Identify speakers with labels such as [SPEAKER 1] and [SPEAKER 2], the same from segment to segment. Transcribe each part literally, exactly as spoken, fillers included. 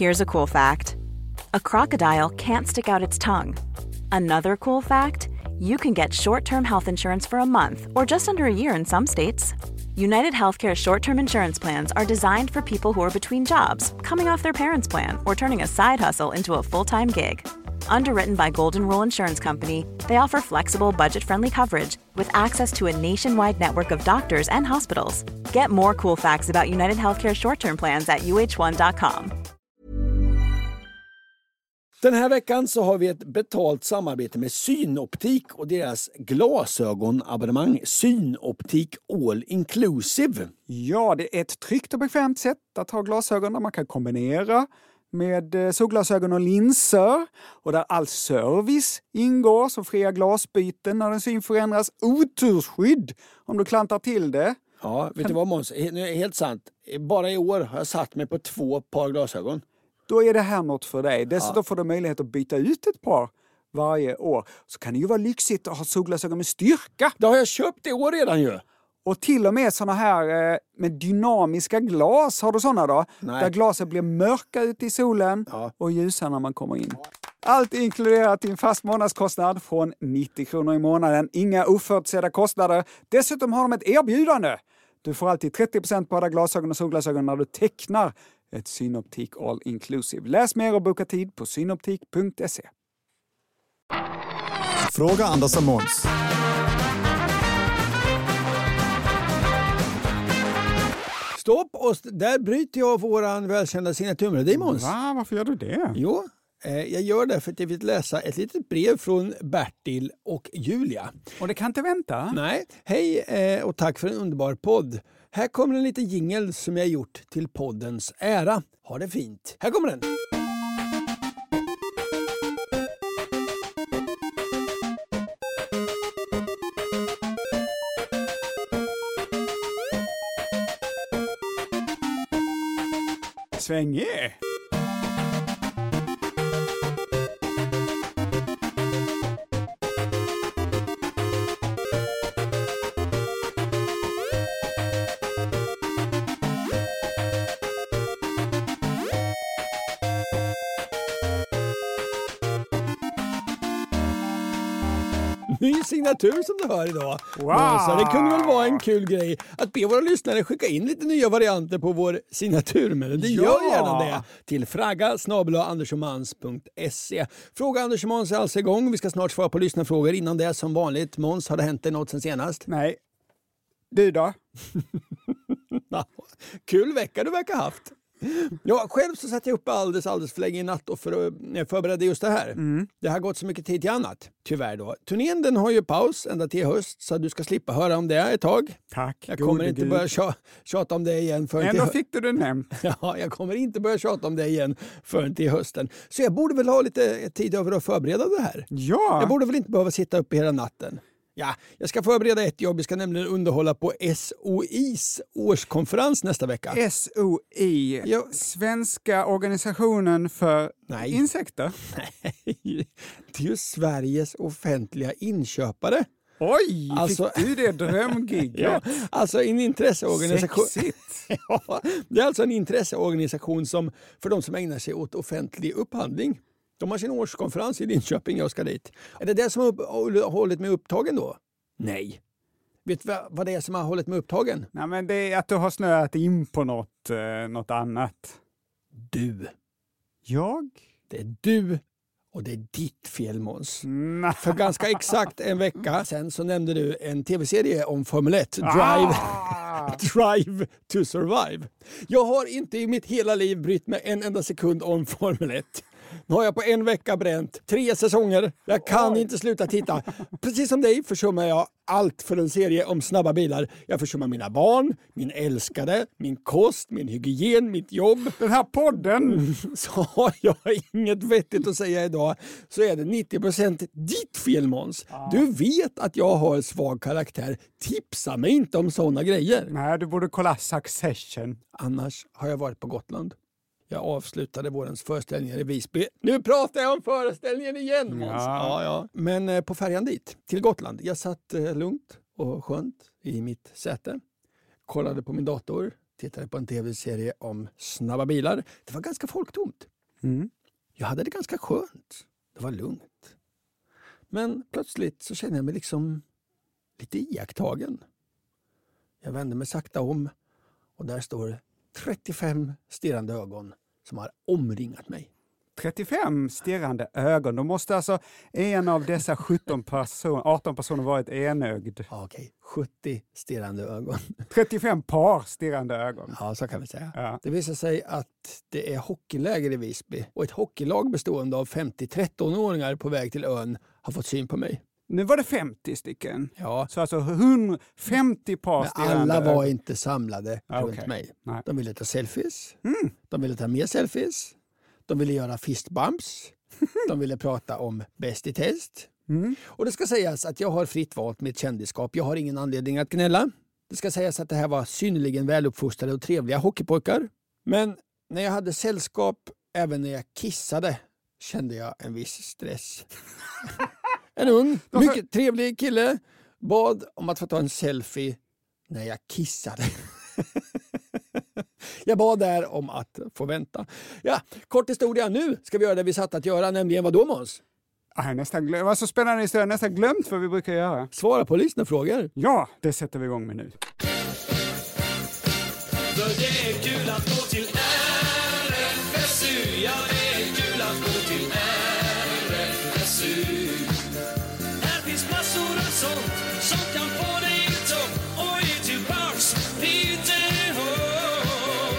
[SPEAKER 1] Here's a cool fact. A crocodile can't stick out its tongue. Another cool fact, you can get short-term health insurance for a month or just under a year in some states. United Healthcare short-term insurance plans are designed for people who are between jobs, coming off their parents' plan, or turning a side hustle into a full-time gig. Underwritten by Golden Rule Insurance Company, they offer flexible, budget-friendly coverage with access to a nationwide network of doctors and hospitals. Get more cool facts about United Healthcare short-term plans at u h one dot com.
[SPEAKER 2] Den här veckan så har vi ett betalt samarbete med Synoptik och deras glasögonabonnemang Synoptik All Inclusive.
[SPEAKER 3] Ja, det är ett tryggt och bekvämt sätt att ha glasögon där man kan kombinera med solglasögon och linser och där all service ingår som fria glasbyten när den syn förändras, otursskydd om du klantar till det.
[SPEAKER 2] Ja, vet du vad Måns? Helt sant. Bara i år har jag satt mig på två par glasögon.
[SPEAKER 3] Då är det här något för dig. Dessutom ja. får du möjlighet att byta ut ett par varje år. Så kan det ju vara lyxigt att ha solglasögon med styrka.
[SPEAKER 2] Det har jag köpt i år redan ju.
[SPEAKER 3] Och till och med såna här eh, med dynamiska glas. Har du såna då?
[SPEAKER 2] Nej.
[SPEAKER 3] Där glaset blir mörka ute i solen
[SPEAKER 2] ja.
[SPEAKER 3] och ljusa när man kommer in. Allt inkluderat i en fast månadskostnad från nittio kronor i månaden. Inga oförutsedda kostnader. Dessutom har de ett erbjudande. Du får alltid trettio procent på alla glasögon och solglasögon när du tecknar ett Synoptik All Inclusive. Läs mer och boka tid på synoptik punkt se.
[SPEAKER 4] Fråga Anders och Måns.
[SPEAKER 2] Stopp, och där bryter jag våran välkända signaturmelodi, Måns.
[SPEAKER 3] Va? Varför gör du det?
[SPEAKER 2] Jo, eh, jag gör det för att jag vill läsa ett litet brev från Bertil och Julia.
[SPEAKER 3] Och det kan inte vänta?
[SPEAKER 2] Nej, hej eh, och tack för en underbar podd. Här kommer en liten jingle som jag gjort till poddens ära. Ha det fint. Här kommer den.
[SPEAKER 3] Svänge!
[SPEAKER 2] Ny signatur som du hör idag.
[SPEAKER 3] Wow.
[SPEAKER 2] Så det kunde väl vara en kul grej att be våra lyssnare skicka in lite nya varianter på vår signaturmelodi.
[SPEAKER 3] Ja.
[SPEAKER 2] Gör gärna det till fragga snabel-a andersomans punkt se. Fråga Anders och Måns är alltså igång. Vi ska snart svara på lyssnarfrågor. Innan det som vanligt. Måns, har det hänt dig något sen senast?
[SPEAKER 3] Nej. Du då?
[SPEAKER 2] Kul vecka du verkar ha haft. Ja, själv så satt jag uppe alldeles, alldeles för länge i natt och för, jag förberedde just det här.
[SPEAKER 3] Mm.
[SPEAKER 2] Det har gått så mycket tid till annat, tyvärr då. Turnén den har ju paus ända till höst så du ska slippa höra om det ett tag.
[SPEAKER 3] Tack.
[SPEAKER 2] Jag kommer inte
[SPEAKER 3] Gud.
[SPEAKER 2] börja tja, tjata om det igen förrän
[SPEAKER 3] Ändå
[SPEAKER 2] till
[SPEAKER 3] fick du det nämnt.
[SPEAKER 2] Ja, jag kommer inte börja tjata om det igen förrän till hösten. Så jag borde väl ha lite tid över att förbereda det här.
[SPEAKER 3] Ja.
[SPEAKER 2] Jag borde väl inte behöva sitta uppe hela natten. Ja, jag ska förbereda ett jobb. Jag ska nämligen underhålla på S O I:s årskonferens nästa vecka.
[SPEAKER 3] S O I,
[SPEAKER 2] ja.
[SPEAKER 3] Svenska organisationen för
[SPEAKER 2] Nej.
[SPEAKER 3] insekter.
[SPEAKER 2] Nej, det är ju Sveriges offentliga inköpare.
[SPEAKER 3] Oj,
[SPEAKER 2] alltså,
[SPEAKER 3] fick du det drömgigget?
[SPEAKER 2] Ja, alltså en intresseorganisation.
[SPEAKER 3] Sexigt.
[SPEAKER 2] Ja, det är alltså en intresseorganisation som för de som ägnar sig åt offentlig upphandling. De har sin årskonferens i Linköping, jag ska dit. Är det det som har hållit mig upptagen då? Nej. Vet du vad det är som har hållit mig upptagen?
[SPEAKER 3] Nej, men det är att du har snöat in på något, eh, något annat.
[SPEAKER 2] Du.
[SPEAKER 3] Jag?
[SPEAKER 2] Det är du och det är ditt fel, Måns.
[SPEAKER 3] Nej.
[SPEAKER 2] För ganska exakt en vecka sen så nämnde du en tv-serie om Formel ett. Drive,
[SPEAKER 3] Ah!
[SPEAKER 2] Drive to Survive. Jag har inte i mitt hela liv brytt mig en enda sekund om Formel ett. Nu har jag på en vecka bränt tre säsonger. Jag kan inte sluta titta. Precis som dig försummar jag allt för en serie om snabba bilar. Jag försummar mina barn, min älskade, min kost, min hygien, mitt jobb.
[SPEAKER 3] Den här podden!
[SPEAKER 2] Så har jag inget vettigt att säga idag så är det nittio procent ditt fel, Måns. Du vet att jag har svag karaktär. Tipsa mig inte om såna grejer.
[SPEAKER 3] Nej, du borde kolla Succession.
[SPEAKER 2] Annars har jag varit på Gotland. Jag avslutade vårens föreställningar i Visby. Nu pratar jag om föreställningen igen, Måns.
[SPEAKER 3] Ja.
[SPEAKER 2] Ja, ja. Men eh, på färjan dit, till Gotland. Jag satt eh, lugnt och skönt i mitt säte. Kollade på min dator. Tittade på en tv-serie om snabba bilar. Det var ganska folktomt.
[SPEAKER 3] Mm.
[SPEAKER 2] Jag hade det ganska skönt. Det var lugnt. Men plötsligt så kände jag mig liksom lite iakttagen. Jag vände mig sakta om och där står trettiofem stirrande ögon som har omringat mig.
[SPEAKER 3] trettiofem stirrande ögon. Då måste alltså en av dessa sjutton person, arton personer varit enögd.
[SPEAKER 2] Ja, okej, sjuttio stirrande ögon.
[SPEAKER 3] trettiofem par stirrande ögon.
[SPEAKER 2] Ja, så kan vi säga.
[SPEAKER 3] Ja.
[SPEAKER 2] Det visar sig att det är hockeyläger i Visby och ett hockeylag bestående av femtio trettonåringar på väg till ön har fått syn på mig.
[SPEAKER 3] Nu var det femtio stycken.
[SPEAKER 2] Ja.
[SPEAKER 3] Så alltså hundrafemtio par
[SPEAKER 2] Men
[SPEAKER 3] stirrande
[SPEAKER 2] alla var
[SPEAKER 3] ögon.
[SPEAKER 2] inte samlade
[SPEAKER 3] Ah,
[SPEAKER 2] runt
[SPEAKER 3] okej.
[SPEAKER 2] mig.
[SPEAKER 3] Nej.
[SPEAKER 2] De ville ta selfies.
[SPEAKER 3] Mm.
[SPEAKER 2] De ville ta mer selfies. De ville göra fistbumps. De ville prata om bäst i test.
[SPEAKER 3] Mm.
[SPEAKER 2] Och det ska sägas att jag har fritt valt mitt kändisskap. Jag har ingen anledning att gnälla. Det ska sägas att det här var synnerligen väluppfostrade och trevliga hockeypojkar. Men när jag hade sällskap, även när jag kissade, kände jag en viss stress. En ung, mycket trevlig kille bad om att få ta en selfie när jag kissade. Jag bad där om att få vänta. Ja, kort historia. Nu ska vi göra det vi satt att göra, nämligen vad då, Måns?
[SPEAKER 3] Jag har nästan glömt, det var så spännande historia, jag har nästan glömt vad vi brukar göra.
[SPEAKER 2] Svara på lyssnarfrågor.
[SPEAKER 3] Ja, det sätter vi igång med nu.
[SPEAKER 4] För det är kul att gå till R F S U. Ja, det är kul att gå till R F S U. Här finns massor av sånt som kan få dig i topp och ge tillbaks lite hopp.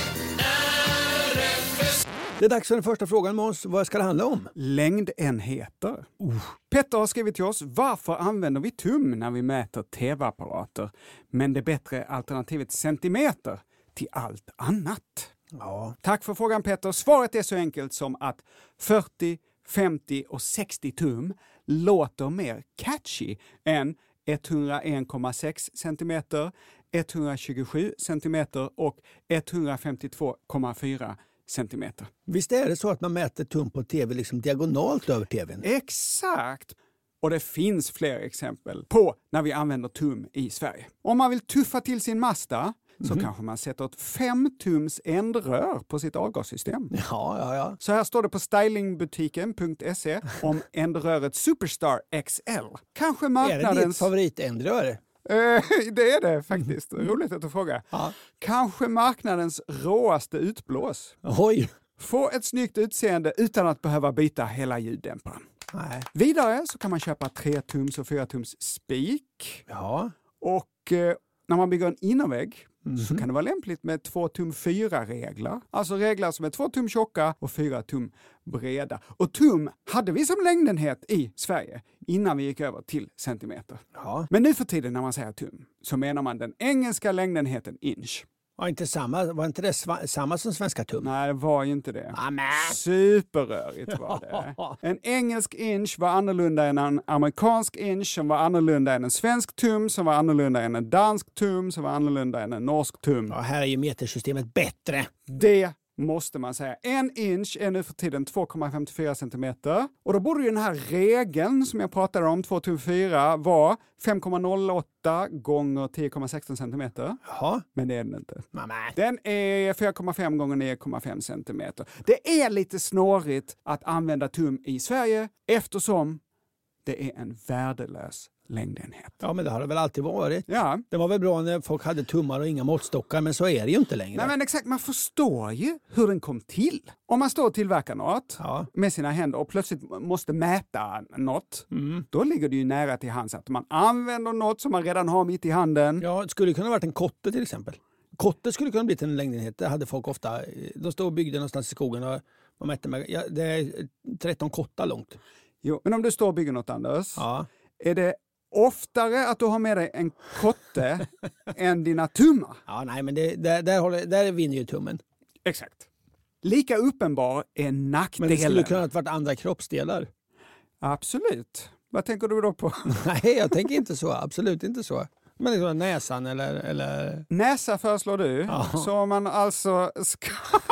[SPEAKER 4] R F S U.
[SPEAKER 2] Det är dags för den första frågan, Måns. Vad ska det handla om?
[SPEAKER 3] Längdenheter. Uh. Petter har skrivit till oss, varför använder vi tum när vi mäter tv-apparater? Men det bättre alternativet centimeter till allt annat.
[SPEAKER 2] Ja.
[SPEAKER 3] Tack för frågan, Petter. Svaret är så enkelt som att fyrtio, femtio och sextio tum låter mer catchy än etthundraen komma sex centimeter, etthundratjugosju centimeter och etthundrafemtiotvå komma fyra centimeter.
[SPEAKER 2] Visst är det så att man mäter tum på tv liksom diagonalt över tvn?
[SPEAKER 3] Exakt! Och det finns fler exempel på när vi använder tum i Sverige. Om man vill tuffa till sin Mazda så mm. kanske man sätter ett fem tums ändrör på sitt avgassystem.
[SPEAKER 2] Ja, ja, ja.
[SPEAKER 3] Så här står det på stylingbutiken punkt se om ändröret Superstar X L. Kanske marknadens...
[SPEAKER 2] Är det ditt favoritändrör?
[SPEAKER 3] Uh, det är det faktiskt. Roligt att du frågar.
[SPEAKER 2] Ja.
[SPEAKER 3] Kanske marknadens råaste utblås.
[SPEAKER 2] Oj!
[SPEAKER 3] Få ett snyggt utseende utan att behöva byta hela ljuddämparen.
[SPEAKER 2] Nej.
[SPEAKER 3] Vidare så kan man köpa tre tums och fyra tums spik.
[SPEAKER 2] Ja.
[SPEAKER 3] Och eh, när man bygger en innervägg
[SPEAKER 2] Mm-hmm.
[SPEAKER 3] så kan det vara lämpligt med två tum fyra reglar. Alltså reglar som är två tum tjocka och fyra tum breda. Och tum hade vi som längdenhet i Sverige innan vi gick över till centimeter.
[SPEAKER 2] Ja.
[SPEAKER 3] Men nu för tiden när man säger tum så menar man den engelska längdenheten inch.
[SPEAKER 2] Var inte samma, var inte det sva, samma som svenska tum?
[SPEAKER 3] Nej, det var ju inte det.
[SPEAKER 2] Amen.
[SPEAKER 3] Superrörigt var det. En engelsk inch var annorlunda än en amerikansk inch som var annorlunda än en svensk tum som var annorlunda än en dansk tum som var annorlunda än en norsk tum.
[SPEAKER 2] Ja, här är ju metersystemet bättre.
[SPEAKER 3] Det måste man säga. En inch är nu för tiden två komma femtiofyra centimeter. Och då borde ju den här regeln som jag pratade om, två tum fyra, vara fem komma noll åtta gånger tio komma sexton centimeter.
[SPEAKER 2] Jaha.
[SPEAKER 3] Men det är den inte.
[SPEAKER 2] Mamma.
[SPEAKER 3] Den är fyra komma fem gånger nio komma fem centimeter. Det är lite snårigt att använda tum i Sverige eftersom det är en värdelös längdenhet.
[SPEAKER 2] Ja, men det har det väl alltid varit.
[SPEAKER 3] Ja.
[SPEAKER 2] Det var väl bra när folk hade tummar och inga måttstockar, men så är det ju inte längre.
[SPEAKER 3] Nej, men exakt, man förstår ju hur den kom till. Om man står och tillverkar något
[SPEAKER 2] Ja.
[SPEAKER 3] med sina händer och plötsligt måste mäta något,
[SPEAKER 2] Mm.
[SPEAKER 3] då ligger det ju nära till hands att man använder något som man redan har mitt i handen.
[SPEAKER 2] Ja, det skulle kunna varit en kotte till exempel. Kotte skulle kunna bli en längdenhet. Det hade folk ofta. De stod och byggde någonstans i skogen och man mätte med, ja, det är tretton kottar långt.
[SPEAKER 3] Jo, men om du står och bygger något, Anders,
[SPEAKER 2] Ja.
[SPEAKER 3] är det oftare att du har med dig en kotte än dina tummar?
[SPEAKER 2] Ja, nej, men det, där, där, håller, där vinner ju tummen.
[SPEAKER 3] Exakt. Lika uppenbar är
[SPEAKER 2] Men
[SPEAKER 3] nackdelen.
[SPEAKER 2] det skulle kunna ha varit andra kroppsdelar.
[SPEAKER 3] Absolut. Vad tänker du då på?
[SPEAKER 2] Nej, jag tänker inte så. Absolut inte så. Men liksom näsan eller... eller...
[SPEAKER 3] Näsa föreslår du,
[SPEAKER 2] Ja.
[SPEAKER 3] så man alltså ska...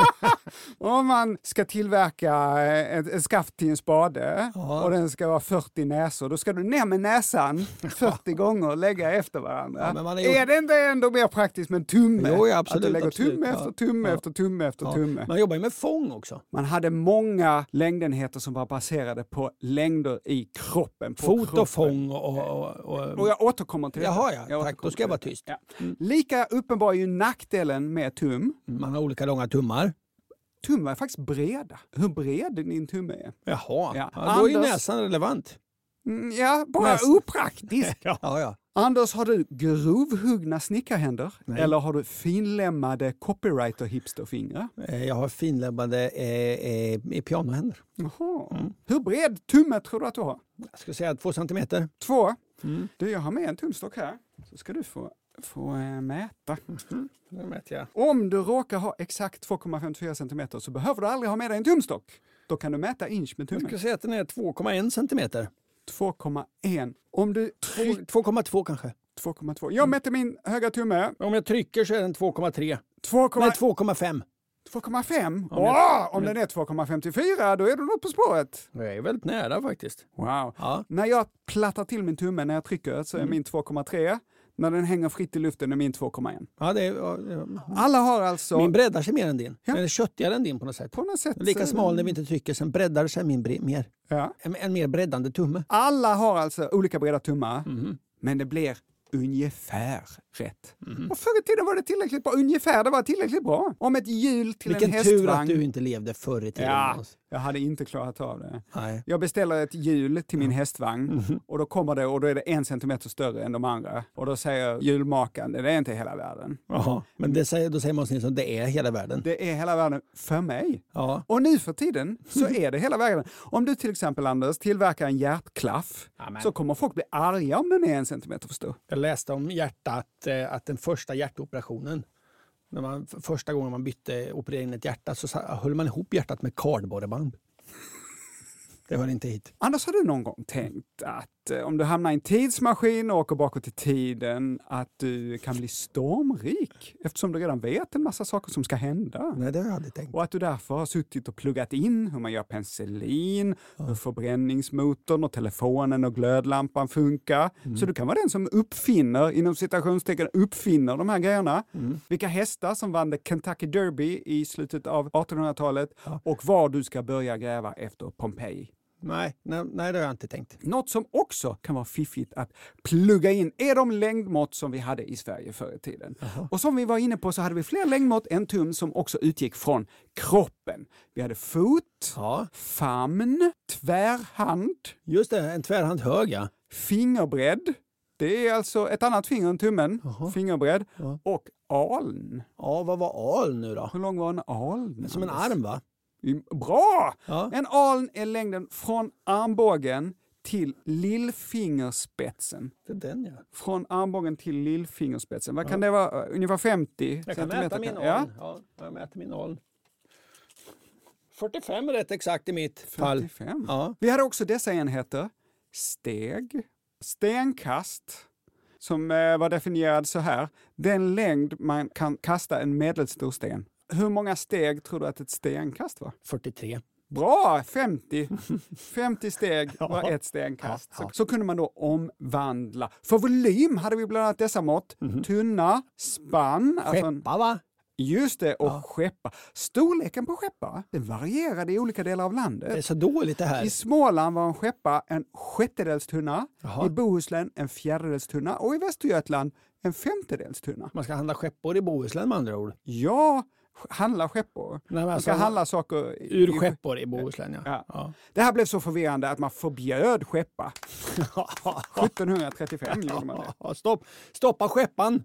[SPEAKER 3] Om man ska tillverka ett, ett skaft till en spade
[SPEAKER 2] Ja.
[SPEAKER 3] och den ska vara fyrtio näsor, då ska du ner med näsan fyrtio gånger och lägga efter varandra.
[SPEAKER 2] Ja, men man är
[SPEAKER 3] är,
[SPEAKER 2] ju-
[SPEAKER 3] det inte ändå mer praktiskt med en tumme?
[SPEAKER 2] Jo, ja, absolut,
[SPEAKER 3] att du lägger
[SPEAKER 2] absolut,
[SPEAKER 3] tumme
[SPEAKER 2] ja.
[SPEAKER 3] efter tumme
[SPEAKER 2] Ja.
[SPEAKER 3] efter tumme efter
[SPEAKER 2] Ja.
[SPEAKER 3] tumme.
[SPEAKER 2] Man jobbar ju med fång också.
[SPEAKER 3] Man hade många längdenheter som var baserade på längder i kroppen. På
[SPEAKER 2] Fot
[SPEAKER 3] kroppen.
[SPEAKER 2] och fång och... och, och,
[SPEAKER 3] Och jag återkommer till det.
[SPEAKER 2] Jaha, ja.
[SPEAKER 3] Jag
[SPEAKER 2] Tack.
[SPEAKER 3] återkommer
[SPEAKER 2] Då ska jag
[SPEAKER 3] till
[SPEAKER 2] vara
[SPEAKER 3] det.
[SPEAKER 2] tyst.
[SPEAKER 3] Ja. Lika uppenbar är ju nackdelen med tum.
[SPEAKER 2] Man har olika långa tummar.
[SPEAKER 3] Tummar är faktiskt breda. Hur bred din tumme är.
[SPEAKER 2] Jaha,
[SPEAKER 3] Ja.
[SPEAKER 2] ja. Då är ju
[SPEAKER 3] Anders-
[SPEAKER 2] näsan relevant.
[SPEAKER 3] Mm, ja, bara
[SPEAKER 2] Näs-
[SPEAKER 3] opraktisk.
[SPEAKER 2] Ja, ja.
[SPEAKER 3] Anders, har du grovhuggna snickarhänder?
[SPEAKER 2] Nej.
[SPEAKER 3] Eller har du finlämmade copywriter-hipsterfingrar?
[SPEAKER 2] Eh, Jag har finläbbade eh, eh, i pianohänder.
[SPEAKER 3] Jaha.
[SPEAKER 2] Mm.
[SPEAKER 3] Hur bred tumme tror du att du har?
[SPEAKER 2] Jag ska säga två centimeter.
[SPEAKER 3] Två.
[SPEAKER 2] Mm.
[SPEAKER 3] Du, jag har med en tumstock här. Så ska du få, få äh, mäta.
[SPEAKER 2] Det mäter jag.
[SPEAKER 3] Om du råkar ha exakt två komma femtiofyra centimeter så behöver du aldrig ha med dig en tumstock. Då kan du mäta inch med
[SPEAKER 2] Jag
[SPEAKER 3] tummen.
[SPEAKER 2] ska säga att den är två komma en centimeter.
[SPEAKER 3] två komma ett. Om du trycker...
[SPEAKER 2] två komma två kanske.
[SPEAKER 3] två komma två. Jag mäter min höga tumme.
[SPEAKER 2] Om jag trycker så är den två komma tre.
[SPEAKER 3] två komma
[SPEAKER 2] Nej, två komma fem.
[SPEAKER 3] två komma fem.
[SPEAKER 2] Om jag-
[SPEAKER 3] Åh, om den är två komma femtiofyra, då är du nog på spåret.
[SPEAKER 2] Jag är väldigt nära faktiskt.
[SPEAKER 3] Wow.
[SPEAKER 2] Ja.
[SPEAKER 3] När jag plattar till min tumme när jag trycker så är
[SPEAKER 2] Mm.
[SPEAKER 3] min två komma tre. När den hänger fritt i luften är min två komma ett.
[SPEAKER 2] Ja, det är, ja, ja.
[SPEAKER 3] Alla har alltså
[SPEAKER 2] Min breddar sig mer än din.
[SPEAKER 3] Ja.
[SPEAKER 2] Den är köttigare än din på något sätt.
[SPEAKER 3] på något sätt...
[SPEAKER 2] Lika smal när vi inte trycker, sen breddar sig min bre- mer.
[SPEAKER 3] Ja.
[SPEAKER 2] En, en mer breddande tumme.
[SPEAKER 3] Alla har alltså olika breda tummar,
[SPEAKER 2] Mhm.
[SPEAKER 3] men det blir ungefär rätt.
[SPEAKER 2] Mhm.
[SPEAKER 3] Och förr i tiden var det tillräckligt bra. Ungefär, det var tillräckligt bra. Om ett hjul till
[SPEAKER 2] Vilken
[SPEAKER 3] en
[SPEAKER 2] tur
[SPEAKER 3] hästvagn...
[SPEAKER 2] att du inte levde förr i tiden.
[SPEAKER 3] Ja,
[SPEAKER 2] Hans.
[SPEAKER 3] jag hade inte klarat av det.
[SPEAKER 2] Nej.
[SPEAKER 3] Jag beställer ett hjul till min hästvagn
[SPEAKER 2] Mhm.
[SPEAKER 3] och då kommer det och då är det en centimeter större än de andra. Och då säger hjulmakaren, det är inte hela världen.
[SPEAKER 2] Jaha. Men det säger, då säger Måns Nilsson att det är hela världen.
[SPEAKER 3] Det är hela världen för mig.
[SPEAKER 2] Ja.
[SPEAKER 3] Och nu för tiden så är det hela världen. Om du till exempel, Anders, tillverkar en hjärtklaff
[SPEAKER 2] Amen.
[SPEAKER 3] så kommer folk bli arga om den är en centimeter för stor.
[SPEAKER 2] Jag läste om hjärtat, eh, att den första hjärtoperationen, när man, f- första gången man bytte, opererade in ett hjärta, så sa- höll man ihop hjärtat med kardborreband. Det hör inte hit.
[SPEAKER 3] Annars har du någon gång tänkt att eh, om du hamnar i en tidsmaskin och åker bakåt i tiden, att du kan bli stormrik eftersom du redan vet en massa saker som ska hända.
[SPEAKER 2] Nej, det har jag aldrig tänkt.
[SPEAKER 3] Och att du därför har suttit och pluggat in hur man gör penicillin, hur förbränningsmotorn och telefonen och glödlampan funkar.
[SPEAKER 2] Mm.
[SPEAKER 3] Så du kan vara den som uppfinner, inom citationstecken, uppfinner de här grejerna.
[SPEAKER 2] Mm.
[SPEAKER 3] Vilka hästar som vann det Kentucky Derby i slutet av artonhundratalet
[SPEAKER 2] Ja.
[SPEAKER 3] och var du ska börja gräva efter Pompeji.
[SPEAKER 2] Nej, nej, nej, det har jag inte tänkt.
[SPEAKER 3] Något som också kan vara fiffigt att plugga in är de längdmått som vi hade i Sverige förr i tiden.
[SPEAKER 2] Jaha.
[SPEAKER 3] Och som vi var inne på så hade vi fler längdmått än tum som också utgick från kroppen. Vi hade fot,
[SPEAKER 2] Ja,
[SPEAKER 3] famn, tvärhand,
[SPEAKER 2] just det. En tvärhand hög, ja.
[SPEAKER 3] fingerbredd. Det är alltså ett annat finger än tummen,
[SPEAKER 2] Jaha.
[SPEAKER 3] fingerbredd,
[SPEAKER 2] Ja.
[SPEAKER 3] och aln.
[SPEAKER 2] Ja, vad var al nu då?
[SPEAKER 3] Hur lång var en aln?
[SPEAKER 2] Som en
[SPEAKER 3] Anders?
[SPEAKER 2] arm, va?
[SPEAKER 3] Bra!
[SPEAKER 2] Ja.
[SPEAKER 3] En aln är längden från armbågen till lillfingerspetsen.
[SPEAKER 2] Det är den, ja.
[SPEAKER 3] Från armbågen till lillfingerspetsen. Vad kan det vara? Ungefär femtio
[SPEAKER 2] Jag kan
[SPEAKER 3] centimeter?
[SPEAKER 2] mäta min
[SPEAKER 3] Ja,
[SPEAKER 2] aln. Ja, jag mäter min aln. fyrtiofem är rätt exakt i mitt fall.
[SPEAKER 3] femtiofem.
[SPEAKER 2] Ja.
[SPEAKER 3] Vi hade också dessa enheter. Steg, stenkast, som eh, var definierad så här. Den längd man kan kasta en medelstor sten. Hur många steg tror du att ett stenkast var?
[SPEAKER 2] fyrtiotre.
[SPEAKER 3] Bra, femtio. femtio steg var
[SPEAKER 2] Ja.
[SPEAKER 3] ett stenkast.
[SPEAKER 2] Ja, ja.
[SPEAKER 3] Så, så kunde man då omvandla. För volym hade vi bland annat dessa mått. Tunna, spann. alltså en-
[SPEAKER 2] Skeppa, va?
[SPEAKER 3] Just det, och
[SPEAKER 2] Ja.
[SPEAKER 3] skeppa. Storleken på skeppa, det varierade i olika delar av
[SPEAKER 2] Det är
[SPEAKER 3] landet.
[SPEAKER 2] så dåligt det här.
[SPEAKER 3] I Småland var en skeppa en sjättedels tunna,
[SPEAKER 2] Jaha.
[SPEAKER 3] i Bohuslän en fjärdedels tunna och i Västergötland en femtedels tunna.
[SPEAKER 2] Man ska handla skeppor i Bohuslän med andra ord.
[SPEAKER 3] Ja, handla skeppor.
[SPEAKER 2] Nej, men
[SPEAKER 3] Man
[SPEAKER 2] alltså,
[SPEAKER 3] ska handla saker i,
[SPEAKER 2] ur
[SPEAKER 3] i-
[SPEAKER 2] skeppor i Bohuslän, ja.
[SPEAKER 3] Ja.
[SPEAKER 2] Ja.
[SPEAKER 3] Det här blev så förvirrande att man förbjöd skeppa. sjuttonhundratrettiofem gjorde man det.
[SPEAKER 2] Ja, stopp. Stoppa skeppan!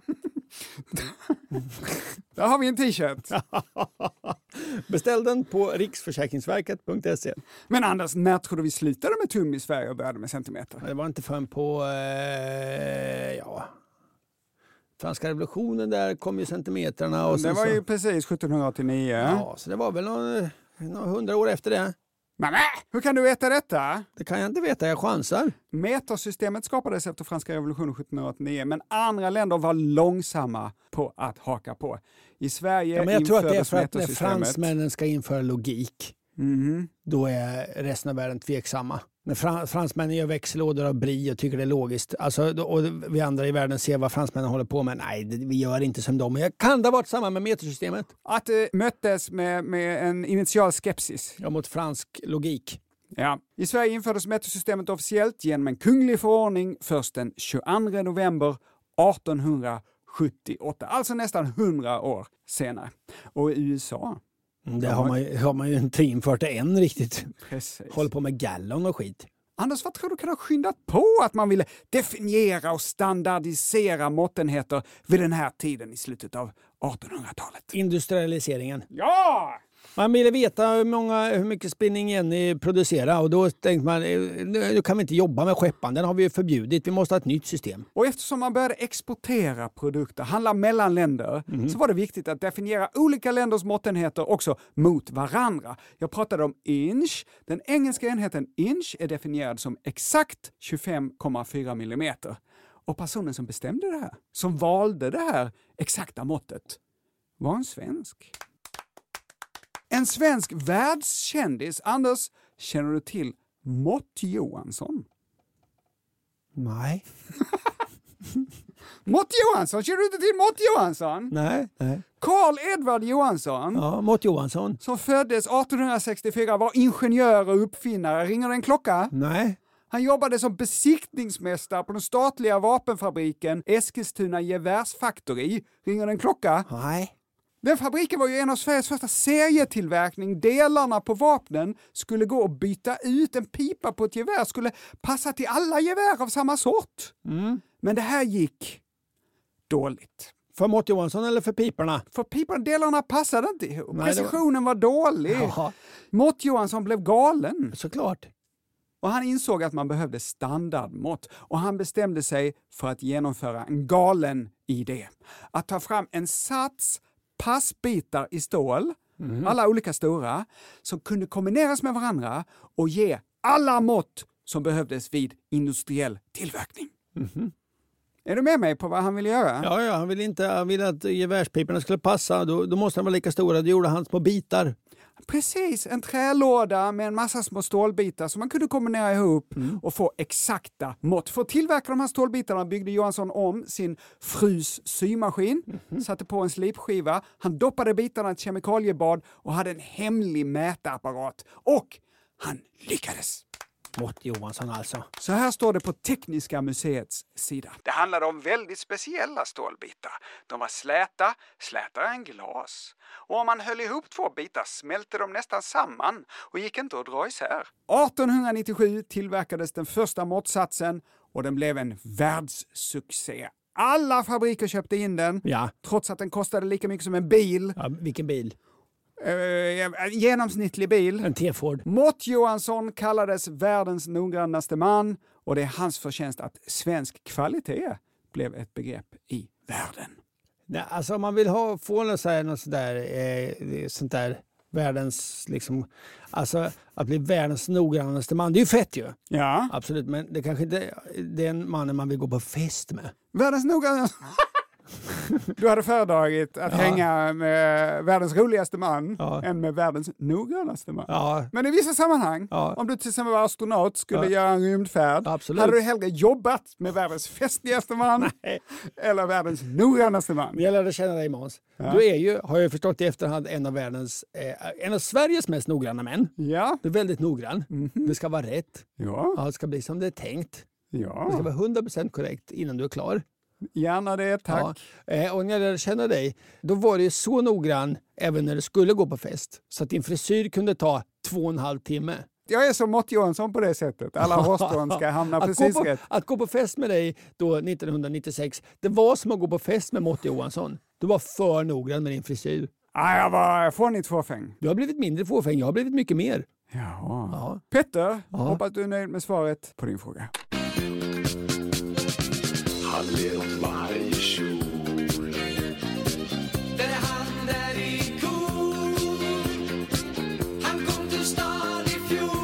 [SPEAKER 3] Där har vi en t-shirt.
[SPEAKER 2] Beställ den på riksförsäkringsverket punkt se.
[SPEAKER 3] Men Anders, när tror du vi slutade med tum i Sverige och började med centimeter?
[SPEAKER 2] Det var inte förrän på, eh, ja, franska revolutionen, där kom ju centimetrarna. Och
[SPEAKER 3] Det
[SPEAKER 2] sen
[SPEAKER 3] var
[SPEAKER 2] så,
[SPEAKER 3] ju precis sjuttonhundraåttionio.
[SPEAKER 2] ja, så det var väl några, några hundra år efter det.
[SPEAKER 3] Men äh, hur kan du veta detta?
[SPEAKER 2] Det kan jag inte veta, jag chansar.
[SPEAKER 3] Metersystemet skapades efter franska revolutionen sjuttonhundraåttionio, men andra länder var långsamma på att haka på. I Sverige
[SPEAKER 2] Ja, men jag tror att det är
[SPEAKER 3] infördes
[SPEAKER 2] för att när
[SPEAKER 3] metersystemet.
[SPEAKER 2] fransmännen ska införa logik,
[SPEAKER 3] Mhm.
[SPEAKER 2] då är resten av världen tveksamma. När fran- fransmännen gör växellådor av bri och tycker det är logiskt, alltså, då- och vi andra i världen ser vad fransmännen håller på med, nej, det, vi gör inte som dem. Jag kan det ha varit samma med metersystemet?
[SPEAKER 3] Att det möttes med, med en initial skepsis.
[SPEAKER 2] Ja, mot fransk logik.
[SPEAKER 3] Ja. I Sverige infördes metersystemet officiellt genom en kunglig förordning först den tjugoandra november artonhundrasjuttioåtta, alltså nästan hundra år senare. Och i U S A...
[SPEAKER 2] Det har man, ju- har man ju inte infört det än riktigt.
[SPEAKER 3] Precis.
[SPEAKER 2] Håller på med gallon och skit.
[SPEAKER 3] Anders, vad tror du kan ha skyndat på att man ville definiera och standardisera måttenheter vid den här tiden i slutet av artonhundratalet?
[SPEAKER 2] Industrialiseringen.
[SPEAKER 3] Ja!
[SPEAKER 2] Man ville veta hur, många, hur mycket spinning Jenny producerar och då tänkte man, eh, nu kan vi inte jobba med skeppan, den har vi ju förbjudit, vi måste ha ett nytt system.
[SPEAKER 3] Och eftersom man började exportera produkter, handla mellan länder,
[SPEAKER 2] Mhm.
[SPEAKER 3] så var det viktigt att definiera olika länders måttenheter också mot varandra. Jag pratade om inch. Den engelska enheten inch är definierad som exakt tjugofem komma fyra millimeter. Och personen som bestämde det här, som valde det här exakta måttet, var en svensk. En svensk världskändis. Anders, känner du till Mått Johansson?
[SPEAKER 2] Nej.
[SPEAKER 3] Mått Johansson, känner du inte till Mått Johansson?
[SPEAKER 2] Nej. Nej.
[SPEAKER 3] Carl Edvard Johansson,
[SPEAKER 2] Ja, Mått Johansson.
[SPEAKER 3] som föddes artonhundrasextiofyra, var ingenjör och uppfinnare. Ringer det en klocka?
[SPEAKER 2] Nej.
[SPEAKER 3] Han jobbade som besiktningsmästare på den statliga vapenfabriken Eskilstuna gevärsfaktori. Ringer det en klocka?
[SPEAKER 2] Nej.
[SPEAKER 3] Den fabriken var ju en av Sveriges första serietillverkning. Delarna på vapnen skulle gå att byta ut. En pipa på ett gevär skulle passa till alla gevär av samma sort.
[SPEAKER 2] Mm.
[SPEAKER 3] Men det här gick dåligt.
[SPEAKER 2] För Mått Johansson eller för piporna?
[SPEAKER 3] För pipan, delarna passade inte ihop.
[SPEAKER 2] Nej, det var-
[SPEAKER 3] Precisionen var dålig.
[SPEAKER 2] Jaha,
[SPEAKER 3] Mått Johansson blev galen.
[SPEAKER 2] såklart.
[SPEAKER 3] Och han insåg att man behövde standardmått. Och han bestämde sig för att genomföra en galen idé. Att ta fram en sats passbitar i stål, alla olika stora, som kunde kombineras med varandra och ge alla mått som behövdes vid industriell tillverkning. Är du med mig på vad han ville göra?
[SPEAKER 2] Ja, ja, han ville inte, han ville att gevärspiporna skulle passa, då, då måste de vara lika stora, det gjorde han små bitar.
[SPEAKER 3] Precis, en trälåda med en massa små stålbitar som man kunde kombinera ihop och få exakta mått. För att tillverka de här stålbitarna byggde Johansson om sin frus symaskin, satte på en slipskiva, han doppade bitarna i ett kemikaliebad och hade en hemlig mätapparat. Och han lyckades!
[SPEAKER 2] Mått Johansson alltså.
[SPEAKER 3] Så här står det på Tekniska museets sida. Det handlade om väldigt speciella stålbitar. De var släta, slätare än glas. Och om man höll ihop två bitar smälte de nästan samman och gick inte att dra isär. artonhundranittiosju tillverkades den första måttsatsen och den blev en världssuccé. Alla fabriker köpte in den,
[SPEAKER 2] Ja.
[SPEAKER 3] trots att den kostade lika mycket som en bil.
[SPEAKER 2] Ja, vilken bil?
[SPEAKER 3] Eh, en genomsnittlig bil.
[SPEAKER 2] En T-Ford.
[SPEAKER 3] Mått Johansson kallades världens noggrannaste man och det är hans förtjänst att svensk kvalitet blev ett begrepp i världen.
[SPEAKER 2] Nej, alltså om man vill ha, få något så här, något sådär, eh, sånt där världens, liksom, alltså att bli världens noggrannaste man, det är ju fett ju.
[SPEAKER 3] Ja.
[SPEAKER 2] Absolut, men det kanske inte är den mannen man vill gå på fest med.
[SPEAKER 3] Världens noggrannaste... Du hade föredragit att
[SPEAKER 2] Ja.
[SPEAKER 3] hänga med världens roligaste man
[SPEAKER 2] Ja.
[SPEAKER 3] än med världens noggrannaste man.
[SPEAKER 2] Ja,
[SPEAKER 3] Men i vissa sammanhang,
[SPEAKER 2] Ja.
[SPEAKER 3] om du till exempel var astronaut, skulle
[SPEAKER 2] Ja.
[SPEAKER 3] göra en rymdfärd,
[SPEAKER 2] Absolut.
[SPEAKER 3] hade du hellre jobbat med världens festligaste man eller världens noggrannaste man?
[SPEAKER 2] jag lärde känna dig Måns.
[SPEAKER 3] Ja.
[SPEAKER 2] Du är ju, har jag förstått i efterhand, en av världens, eh, en av Sveriges mest noggranna män.
[SPEAKER 3] Ja.
[SPEAKER 2] Du är väldigt noggrann.
[SPEAKER 3] Mhm.
[SPEAKER 2] Det ska vara rätt.
[SPEAKER 3] Ja.
[SPEAKER 2] Ja, det ska bli som det är tänkt. Det ska
[SPEAKER 3] Ja.
[SPEAKER 2] vara hundra procent korrekt innan du är klar.
[SPEAKER 3] Gärna det, tack.
[SPEAKER 2] Ja. Eh, och när jag lärde känna dig, då var det så noggrann även när du skulle gå på fest. Så att din frisyr kunde ta två och en halv timme.
[SPEAKER 3] Jag är som Mått Johansson på det sättet. Alla hårstrån ska hamna
[SPEAKER 2] att,
[SPEAKER 3] precis
[SPEAKER 2] gå på,
[SPEAKER 3] rätt.
[SPEAKER 2] att gå på fest med dig då nittonhundranittiosex, det var som att gå på fest med Mått Johansson. Du var för noggrann med din frisyr.
[SPEAKER 3] Ah, jag var fånigt fåfäng.
[SPEAKER 2] Du har blivit mindre fåfäng, jag har blivit mycket mer.
[SPEAKER 3] Ja.
[SPEAKER 2] Ja.
[SPEAKER 3] Petter,
[SPEAKER 2] Ja.
[SPEAKER 3] hoppas du är nöjd med svaret på din fråga.
[SPEAKER 4] Där är han där i kor. Han kom till stan i fjol.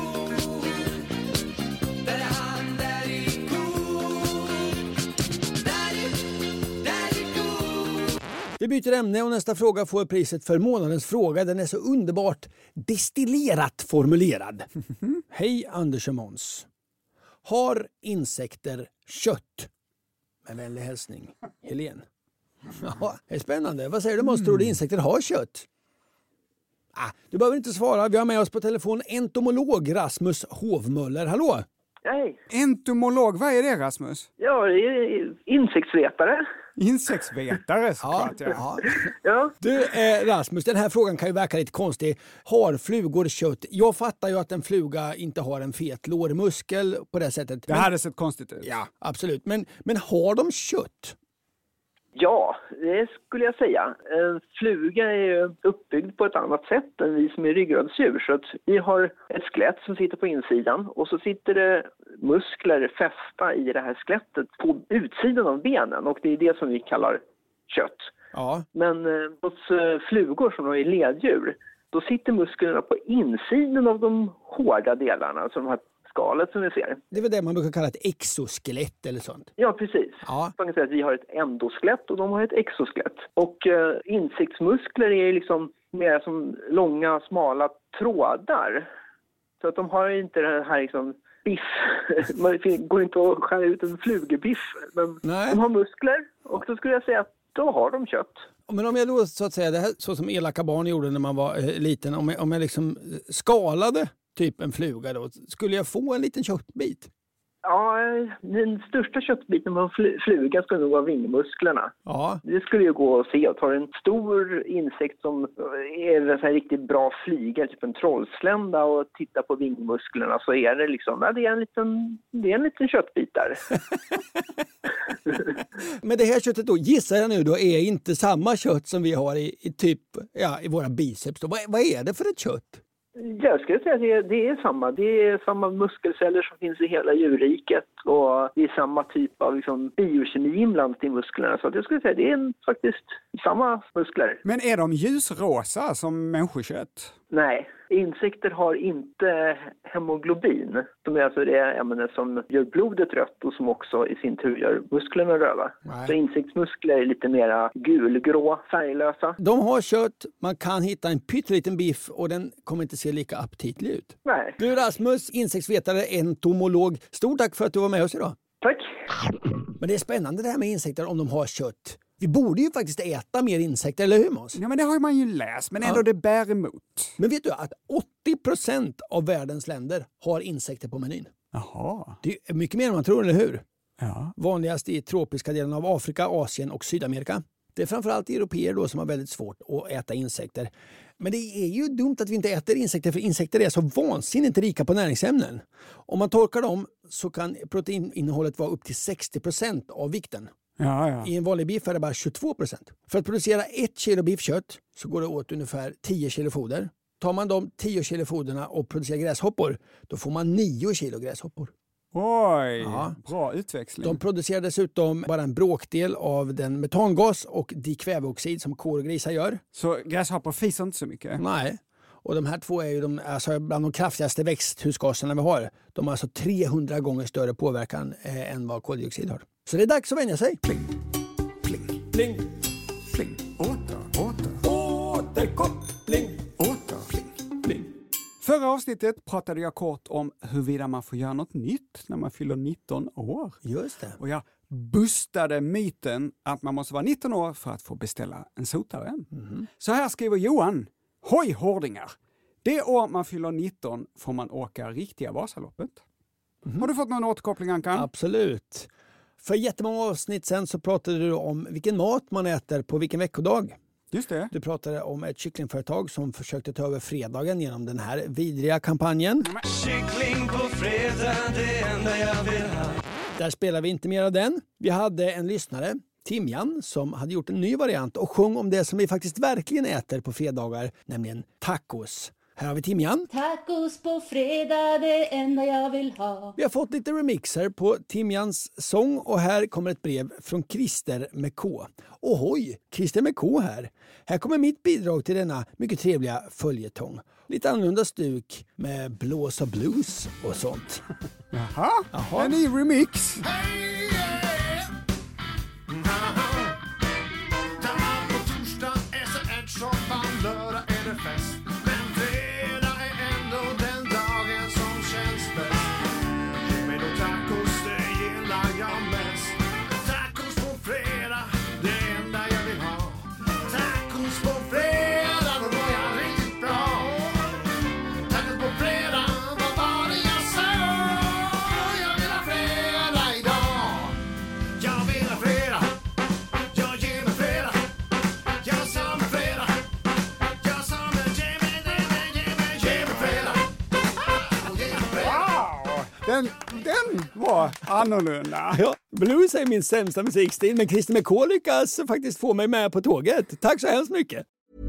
[SPEAKER 2] byter ämne och nästa fråga får priset för månadens fråga. Den är så underbart destillerat formulerad. Hej Anders och Måns. Har insekter kött? Med vänlig hälsning, Helene. Ja, det är spännande. Vad säger du Måns? Tror du insekter har kött? Ah, du behöver inte svara. Vi har med oss på telefon entomolog Rasmus Hovmöller. Hallå?
[SPEAKER 5] Hej.
[SPEAKER 3] Entomolog, vad är det Rasmus?
[SPEAKER 5] Ja, det är insektsvetare.
[SPEAKER 3] Insektsvetare såklart, ja.
[SPEAKER 2] ja.
[SPEAKER 5] Ja.
[SPEAKER 2] Du eh, Rasmus, den här frågan kan ju verka lite konstig. Har flugor kött? Jag fattar ju att en fluga inte har en fet lårmuskel på det sättet.
[SPEAKER 3] Det
[SPEAKER 2] Men,
[SPEAKER 3] hade sett konstigt ut.
[SPEAKER 2] ja, absolut. Men, men har de kött?
[SPEAKER 5] Ja, det skulle jag säga. En fluga är ju uppbyggd på ett annat sätt än vi som är ryggradsdjur. Så att vi har ett skelett som sitter på insidan och så sitter det muskler fästa i det här skelettet på utsidan av benen. Och det är det som vi kallar kött.
[SPEAKER 2] Ja.
[SPEAKER 5] Men eh, hos eh, flugor som är leddjur, då sitter musklerna på insidan av de hårda delarna, alltså de här skalet som vi ser.
[SPEAKER 2] Det är väl det man brukar kalla ett exoskelett eller sånt.
[SPEAKER 5] Ja, precis.
[SPEAKER 2] Ja.
[SPEAKER 5] Man kan säga att vi har ett endoskelett och de har ett exoskelett. Och eh, insektsmuskler är liksom mer som långa, smala trådar. Så att de har inte det här liksom biff. Man går inte att skära ut en flugebiff. Men
[SPEAKER 2] Nej.
[SPEAKER 5] de har muskler och då skulle jag säga att då har de kött.
[SPEAKER 2] Men om jag då så att säga, det här, så som elaka barn gjorde när man var eh, liten, om jag, om jag liksom skalade typ en fluga då, skulle jag få en liten köttbit?
[SPEAKER 5] Ja, den största köttbiten på en fl- fluga skulle nog vara vingmusklerna.
[SPEAKER 2] Ja.
[SPEAKER 5] Det skulle ju gå att se. Och tar en stor insekt som är en så här riktigt bra flygare, typ en trollslända, och tittar på vingmusklerna så är det liksom, ja, det är en liten, det är en liten köttbit där.
[SPEAKER 2] Men det här köttet då, gissar jag nu då, är inte samma kött som vi har i, i typ, ja, i våra biceps då. Vad, vad är det för ett kött?
[SPEAKER 5] Jag skulle säga att det är, det är samma. Det är samma muskelceller som finns i hela djurriket och det är samma typ av liksom biokemi inblandat i musklerna. Så jag skulle säga att det är en, faktiskt samma muskler.
[SPEAKER 3] Men är de ljusrosa som människokött?
[SPEAKER 5] Nej, insekter har inte hemoglobin, som är alltså det ämne som gör blodet rött och som också i sin tur gör musklerna röda.
[SPEAKER 2] Nej.
[SPEAKER 5] Så insektsmuskler är lite mera gulgrå, färglösa.
[SPEAKER 2] De har kött, man kan hitta en pytteliten biff och den kommer inte se lika aptitlig ut.
[SPEAKER 5] Nej,
[SPEAKER 2] Du Rasmus, insektsvetare, entomolog, stort tack för att du var med oss idag.
[SPEAKER 5] tack.
[SPEAKER 2] Men det är spännande det här med insekter om de har kött. Vi borde ju faktiskt äta mer insekter, eller hur Måns?
[SPEAKER 3] Ja, men det har man ju läst, men ändå
[SPEAKER 2] Ja.
[SPEAKER 3] det bär emot.
[SPEAKER 2] Men vet du att åttio procent av världens länder har insekter på menyn?
[SPEAKER 3] Jaha.
[SPEAKER 2] Det är mycket mer än man tror, eller hur?
[SPEAKER 3] Ja.
[SPEAKER 2] Vanligast i tropiska delen av Afrika, Asien och Sydamerika. Det är framförallt europeer då som har väldigt svårt att äta insekter. Men det är ju dumt att vi inte äter insekter, för insekter är så vansinnigt rika på näringsämnen. Om man torkar dem så kan proteininnehållet vara upp till sextio procent av vikten.
[SPEAKER 3] Ja, ja.
[SPEAKER 2] I en vanlig biff är det bara tjugotvå procent. För att producera ett kilo biffkött så går det åt ungefär tio kilo foder. Tar man de tio kilo foderna och producerar gräshoppor, då får man nio kilo gräshoppor.
[SPEAKER 3] Oj,
[SPEAKER 2] Ja.
[SPEAKER 3] bra utväxling.
[SPEAKER 2] De producerar dessutom bara en bråkdel av den metangas och dikväveoxid som kor och grisar gör.
[SPEAKER 3] Så gräshoppor fiser inte så mycket?
[SPEAKER 2] Nej. Och de här två är ju de, alltså bland de kraftigaste växthusgaserna vi har. De har alltså trehundra gånger större påverkan eh, än vad koldioxid har. Så det är dags att vänja sig.
[SPEAKER 3] Pling, pling,
[SPEAKER 2] Pling,
[SPEAKER 3] pling. Åter, åter,
[SPEAKER 2] återkoppling,
[SPEAKER 3] åter, pling.
[SPEAKER 2] pling.
[SPEAKER 3] Förra avsnittet pratade jag kort om huruvida man får göra något nytt när man fyller nitton år.
[SPEAKER 2] Just det.
[SPEAKER 3] Och jag bustade myten att man måste vara nitton år för att få beställa en sotare.
[SPEAKER 2] Mm.
[SPEAKER 3] Så här skriver Johan. Hoj hårdingar! Det år man fyller nitton får man åka riktiga Vasaloppet.
[SPEAKER 2] Mm.
[SPEAKER 3] Har du fått någon återkoppling, Ankan?
[SPEAKER 2] Absolut. För jättemånga avsnitt sen så pratade du om vilken mat man äter på vilken veckodag.
[SPEAKER 3] Just det.
[SPEAKER 2] Du pratade om ett kycklingföretag som försökte ta över fredagen genom den här vidriga kampanjen.
[SPEAKER 4] Kyckling på fredag, det enda jag vill ha.
[SPEAKER 2] Där spelar vi inte mer av den. Vi hade en lyssnare, Timjan, som hade gjort en ny variant och sjöng om det som vi faktiskt verkligen äter på fredagar, nämligen tacos. Här har vi Timjan.
[SPEAKER 6] Tacos på fredag, det enda jag vill ha.
[SPEAKER 2] Vi har fått lite remixer på Timjans sång och här kommer ett brev från Christer med K. Ohoj, Christer med K här. Här kommer mitt bidrag till denna mycket trevliga följetong. Lite annorlunda stuk med blås och blues och sånt.
[SPEAKER 3] Jaha,
[SPEAKER 2] Jaha.
[SPEAKER 3] en ny remix. Den, den var annorlunda.
[SPEAKER 2] Ja, blues är min sämsta musikstil, men Christer McCall lyckas faktiskt få mig med på tåget. Tack så hemskt mycket.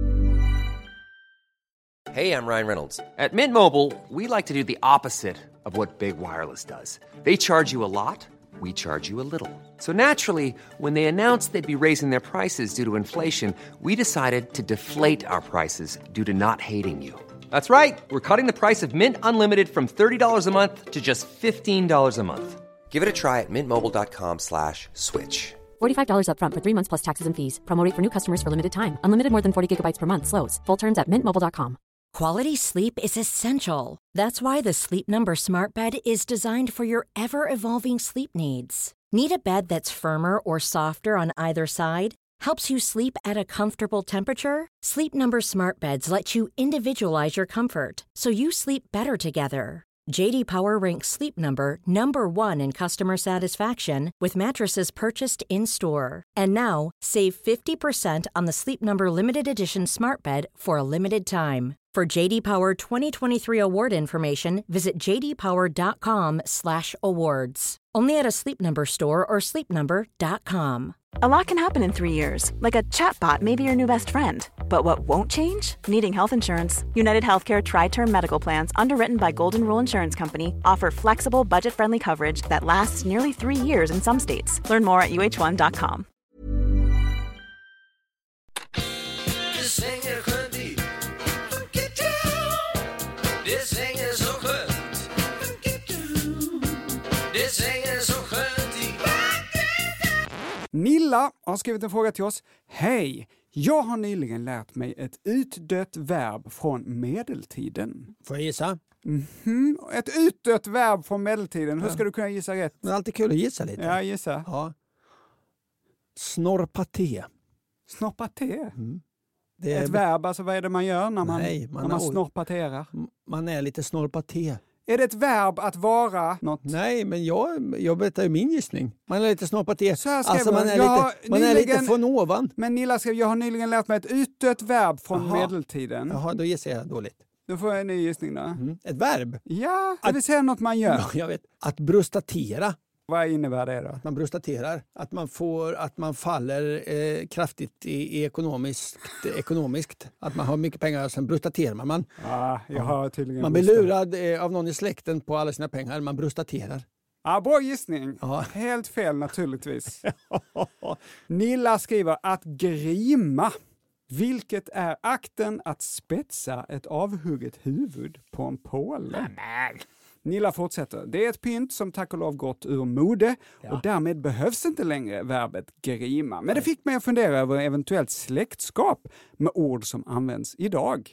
[SPEAKER 7] Hey, I'm Ryan Reynolds. At Mint Mobile, we like to do the opposite of what Big Wireless does. They charge you a lot, we charge you a little. So naturally, when they announced they'd be raising their prices due to inflation, we decided to deflate our prices due to not hating you. That's right. We're cutting the price of Mint Unlimited from thirty dollars a month to just fifteen dollars a month. Give it a try at mintmobile.com slash switch.
[SPEAKER 8] forty-five dollars up front for three months plus taxes and fees. Promo rate for new customers for limited time. Unlimited more than forty gigabytes per month slows. Full terms at mint mobile dot com.
[SPEAKER 9] Quality sleep is essential. That's why the Sleep Number Smart Bed is designed for your ever-evolving sleep needs. Need a bed that's firmer or softer on either side? Helps you sleep at a comfortable temperature? Sleep Number Smart Beds let you individualize your comfort, so you sleep better together. J D Power ranks Sleep Number number one in customer satisfaction with mattresses purchased in-store. And now, save fifty percent on the Sleep Number Limited Edition Smart Bed for a limited time. For J D Power twenty twenty-three award information, visit j d power dot com slash awards. Only at a Sleep Number store or sleep number dot com.
[SPEAKER 1] A lot can happen in three years, like a chatbot may be your new best friend. But what won't change? Needing health insurance. United Healthcare Tri-Term Medical Plans, underwritten by Golden Rule Insurance Company, offer flexible, budget-friendly coverage that lasts nearly three years in some states. Learn more at u h one dot com.
[SPEAKER 4] Det svänger skönt i Det svänger så skönt Det svänger så skönt i
[SPEAKER 3] Nilla har skrivit en fråga till oss. Hej! Jag har nyligen lärt mig ett utdött verb från medeltiden.
[SPEAKER 2] Får jag gissa?
[SPEAKER 3] Mm, ett utdött verb från medeltiden. Hur ska du kunna gissa rätt?
[SPEAKER 2] Det är alltid kul att gissa lite.
[SPEAKER 3] Ja, gissa.
[SPEAKER 2] Ja. Snorpaté.
[SPEAKER 3] Snorpaté?
[SPEAKER 2] Mm. Det är
[SPEAKER 3] ett verb, alltså vad är det man gör när man,
[SPEAKER 2] Nej, man
[SPEAKER 3] när man
[SPEAKER 2] har...
[SPEAKER 3] snorpaterar?
[SPEAKER 2] Man är lite snorpaté.
[SPEAKER 3] Är det ett verb att vara något?
[SPEAKER 2] Nej, men jag, jag berättar ju min gissning. Man är lite snorpaté.
[SPEAKER 3] Så här skrev
[SPEAKER 2] alltså man är,
[SPEAKER 3] jag
[SPEAKER 2] lite, man
[SPEAKER 3] nyligen,
[SPEAKER 2] är lite från ovan.
[SPEAKER 3] Men Nilla skrev, jag har nyligen lärt mig ett utdött verb från
[SPEAKER 2] Aha.
[SPEAKER 3] medeltiden.
[SPEAKER 2] Jaha, då gissar jag dåligt.
[SPEAKER 3] Då får jag en ny gissning då.
[SPEAKER 2] Mm. Ett verb?
[SPEAKER 3] Ja, det vill säga något man gör.
[SPEAKER 2] Ja, jag vet. Att brustatera.
[SPEAKER 3] Vad innebär det då?
[SPEAKER 2] Att man brustaterar. Att man, får, att man faller eh, kraftigt i, i ekonomiskt, ekonomiskt. Att man har mycket pengar och sen brustaterar man. Man,
[SPEAKER 3] Ja, jag har tydligen
[SPEAKER 2] man blir
[SPEAKER 3] brustat.
[SPEAKER 2] lurad eh, av någon i släkten på alla sina pengar. Man brustaterar.
[SPEAKER 3] Ja, bra gissning.
[SPEAKER 2] Ja.
[SPEAKER 3] Helt fel naturligtvis. Nilla skriver att grima, vilket är akten att spetsa ett avhugget huvud på en påle. Nilla fortsätter. Det är ett pynt som tack och lov gått ur mode
[SPEAKER 2] Ja.
[SPEAKER 3] och därmed behövs inte längre verbet grima. Men det fick mig att fundera över eventuellt släktskap med ord som används idag.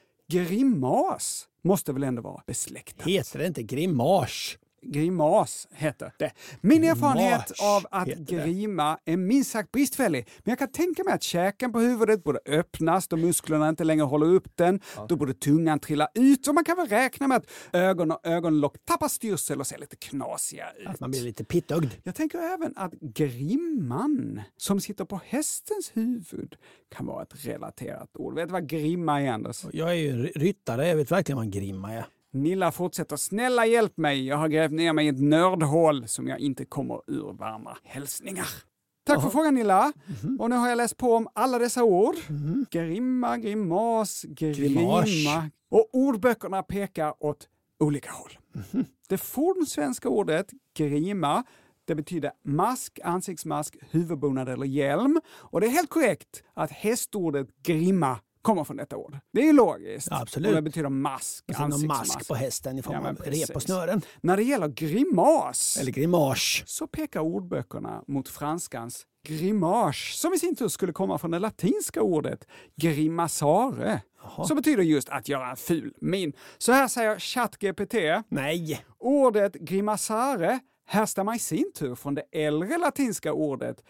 [SPEAKER 3] Grimas måste väl ändå vara besläktat?
[SPEAKER 2] Heter det inte grimas?
[SPEAKER 3] Grimas heter det. Min erfarenhet
[SPEAKER 2] Grimas
[SPEAKER 3] av att
[SPEAKER 2] heter det.
[SPEAKER 3] grima är minst sagt bristfällig. Men jag kan tänka mig att käken på huvudet borde öppnas då musklerna inte längre håller upp den. Ja. Då borde tungan trilla ut och man kan väl räkna med att ögon och ögonlock tappar styrsel och ser lite knasiga ut.
[SPEAKER 2] Att man blir lite pittögd.
[SPEAKER 3] Jag tänker även att grimman som sitter på hästens huvud kan vara ett relaterat ord. Vet du vad grimma är, Anders?
[SPEAKER 2] Jag är ju ryttare, jag vet verkligen vad en grimma är.
[SPEAKER 3] Nilla fortsätter. Snälla hjälp mig. Jag har grävt ner mig i ett nördhål som jag inte kommer ur. Varma hälsningar. Tack Aha. för frågan, Nilla. Mm-hmm. Och nu har jag läst på om alla dessa ord. Mm-hmm. Grimma, grimas, grima. Grimas. Och ordböckerna pekar åt olika håll. Mm-hmm. Det fornsvenska ordet grima, det betyder mask, ansiktsmask, huvudbonad eller hjälm. Och det är helt korrekt att hästordet grimma kommer från detta ord. Det är ju logiskt.
[SPEAKER 2] Ja, absolut.
[SPEAKER 3] Och det betyder mask, ansiktsmask.
[SPEAKER 2] Mask på hästen i form
[SPEAKER 3] ja,
[SPEAKER 2] av rep och snören.
[SPEAKER 3] När det gäller grimas,
[SPEAKER 2] eller grimas,
[SPEAKER 3] så pekar ordböckerna mot franskans grimas, som i sin tur skulle komma från det latinska ordet grimasare. Aha. Som betyder just att göra en ful min. Så här säger ChatGPT.
[SPEAKER 2] Nej.
[SPEAKER 3] Ordet grimasare härstammar i sin tur från det äldre latinska ordet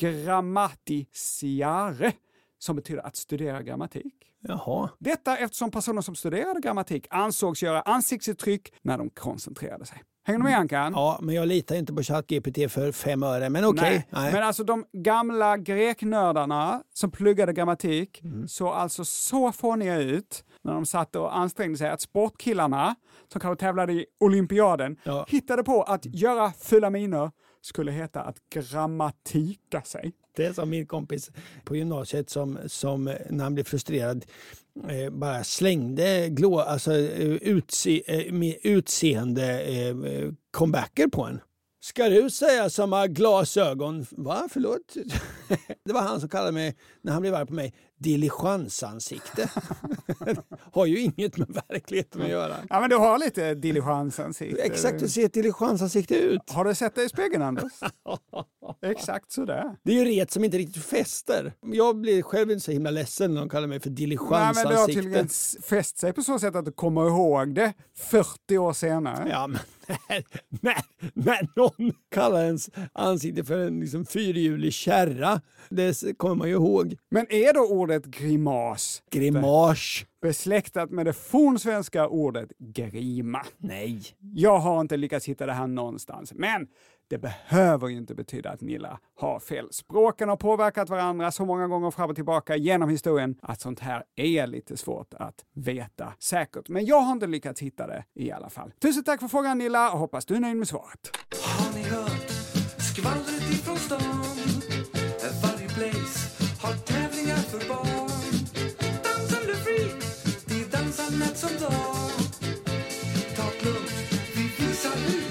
[SPEAKER 3] grammaticiare, som betyder att studera grammatik.
[SPEAKER 2] Jaha.
[SPEAKER 3] Detta eftersom personer som studerade grammatik ansågs göra ansiktsuttryck när de koncentrerade sig. Hänger du med, Ankan?
[SPEAKER 2] Ja, men jag litar inte på ChatGPT för fem öre, men okej. Okay.
[SPEAKER 3] Nej. Men alltså de gamla greknördarna som pluggade grammatik mm. så alltså så fåniga ut när de satt och ansträngde sig, att sportkillarna som kanske tävlade i olympiaden
[SPEAKER 2] Ja.
[SPEAKER 3] hittade på att göra fulla miner skulle heta att grammatika sig.
[SPEAKER 2] Det är som min kompis på gymnasiet som, som när han blev frustrerad eh, bara slängde glå, alltså, eh, utse, eh, med utseende eh, comebacker på en. Ska du säga som har glasögon? Va? Förlåt? Det var han som kallade mig, när han blev arg på mig, diligensansikte. Har ju inget med verkligheten att göra.
[SPEAKER 3] Ja, men du har lite diligensansikte.
[SPEAKER 2] Exakt, hur ser ett diligensansikte ut?
[SPEAKER 3] Har du sett det i spegeln, Anders? Exakt sådär.
[SPEAKER 2] Det är ju ret som inte riktigt fäster. Jag blir själv inte så himla ledsen när de kallar mig för diligensansikte.
[SPEAKER 3] Nej, men det har tydligen fäst sig på så sätt att du kommer ihåg det fyrtio år senare.
[SPEAKER 2] Ja, men när, när, när någon kallar ens ansikte för en liksom fyrhjulig kärra, det kommer man ju ihåg.
[SPEAKER 3] Men är då ordet grimas?
[SPEAKER 2] Grimas.
[SPEAKER 3] Besläktat med det fornsvenska ordet grima?
[SPEAKER 2] Nej.
[SPEAKER 3] Jag har inte lyckats hitta det här någonstans, men det behöver ju inte betyda att Nilla har fel. Språken har påverkat varandra så många gånger fram och tillbaka genom historien att sånt här är lite svårt att veta säkert. Men jag har inte lyckats hitta det i alla fall. Tusen tack för frågan, Nilla, och hoppas du är nöjd med svaret.
[SPEAKER 4] Har ni hört skvallret ifrån stan? Varje place har tävlingar för barn. Dansa du fri, det dansar natt som dag. Ta det lugnt, vi visar nu.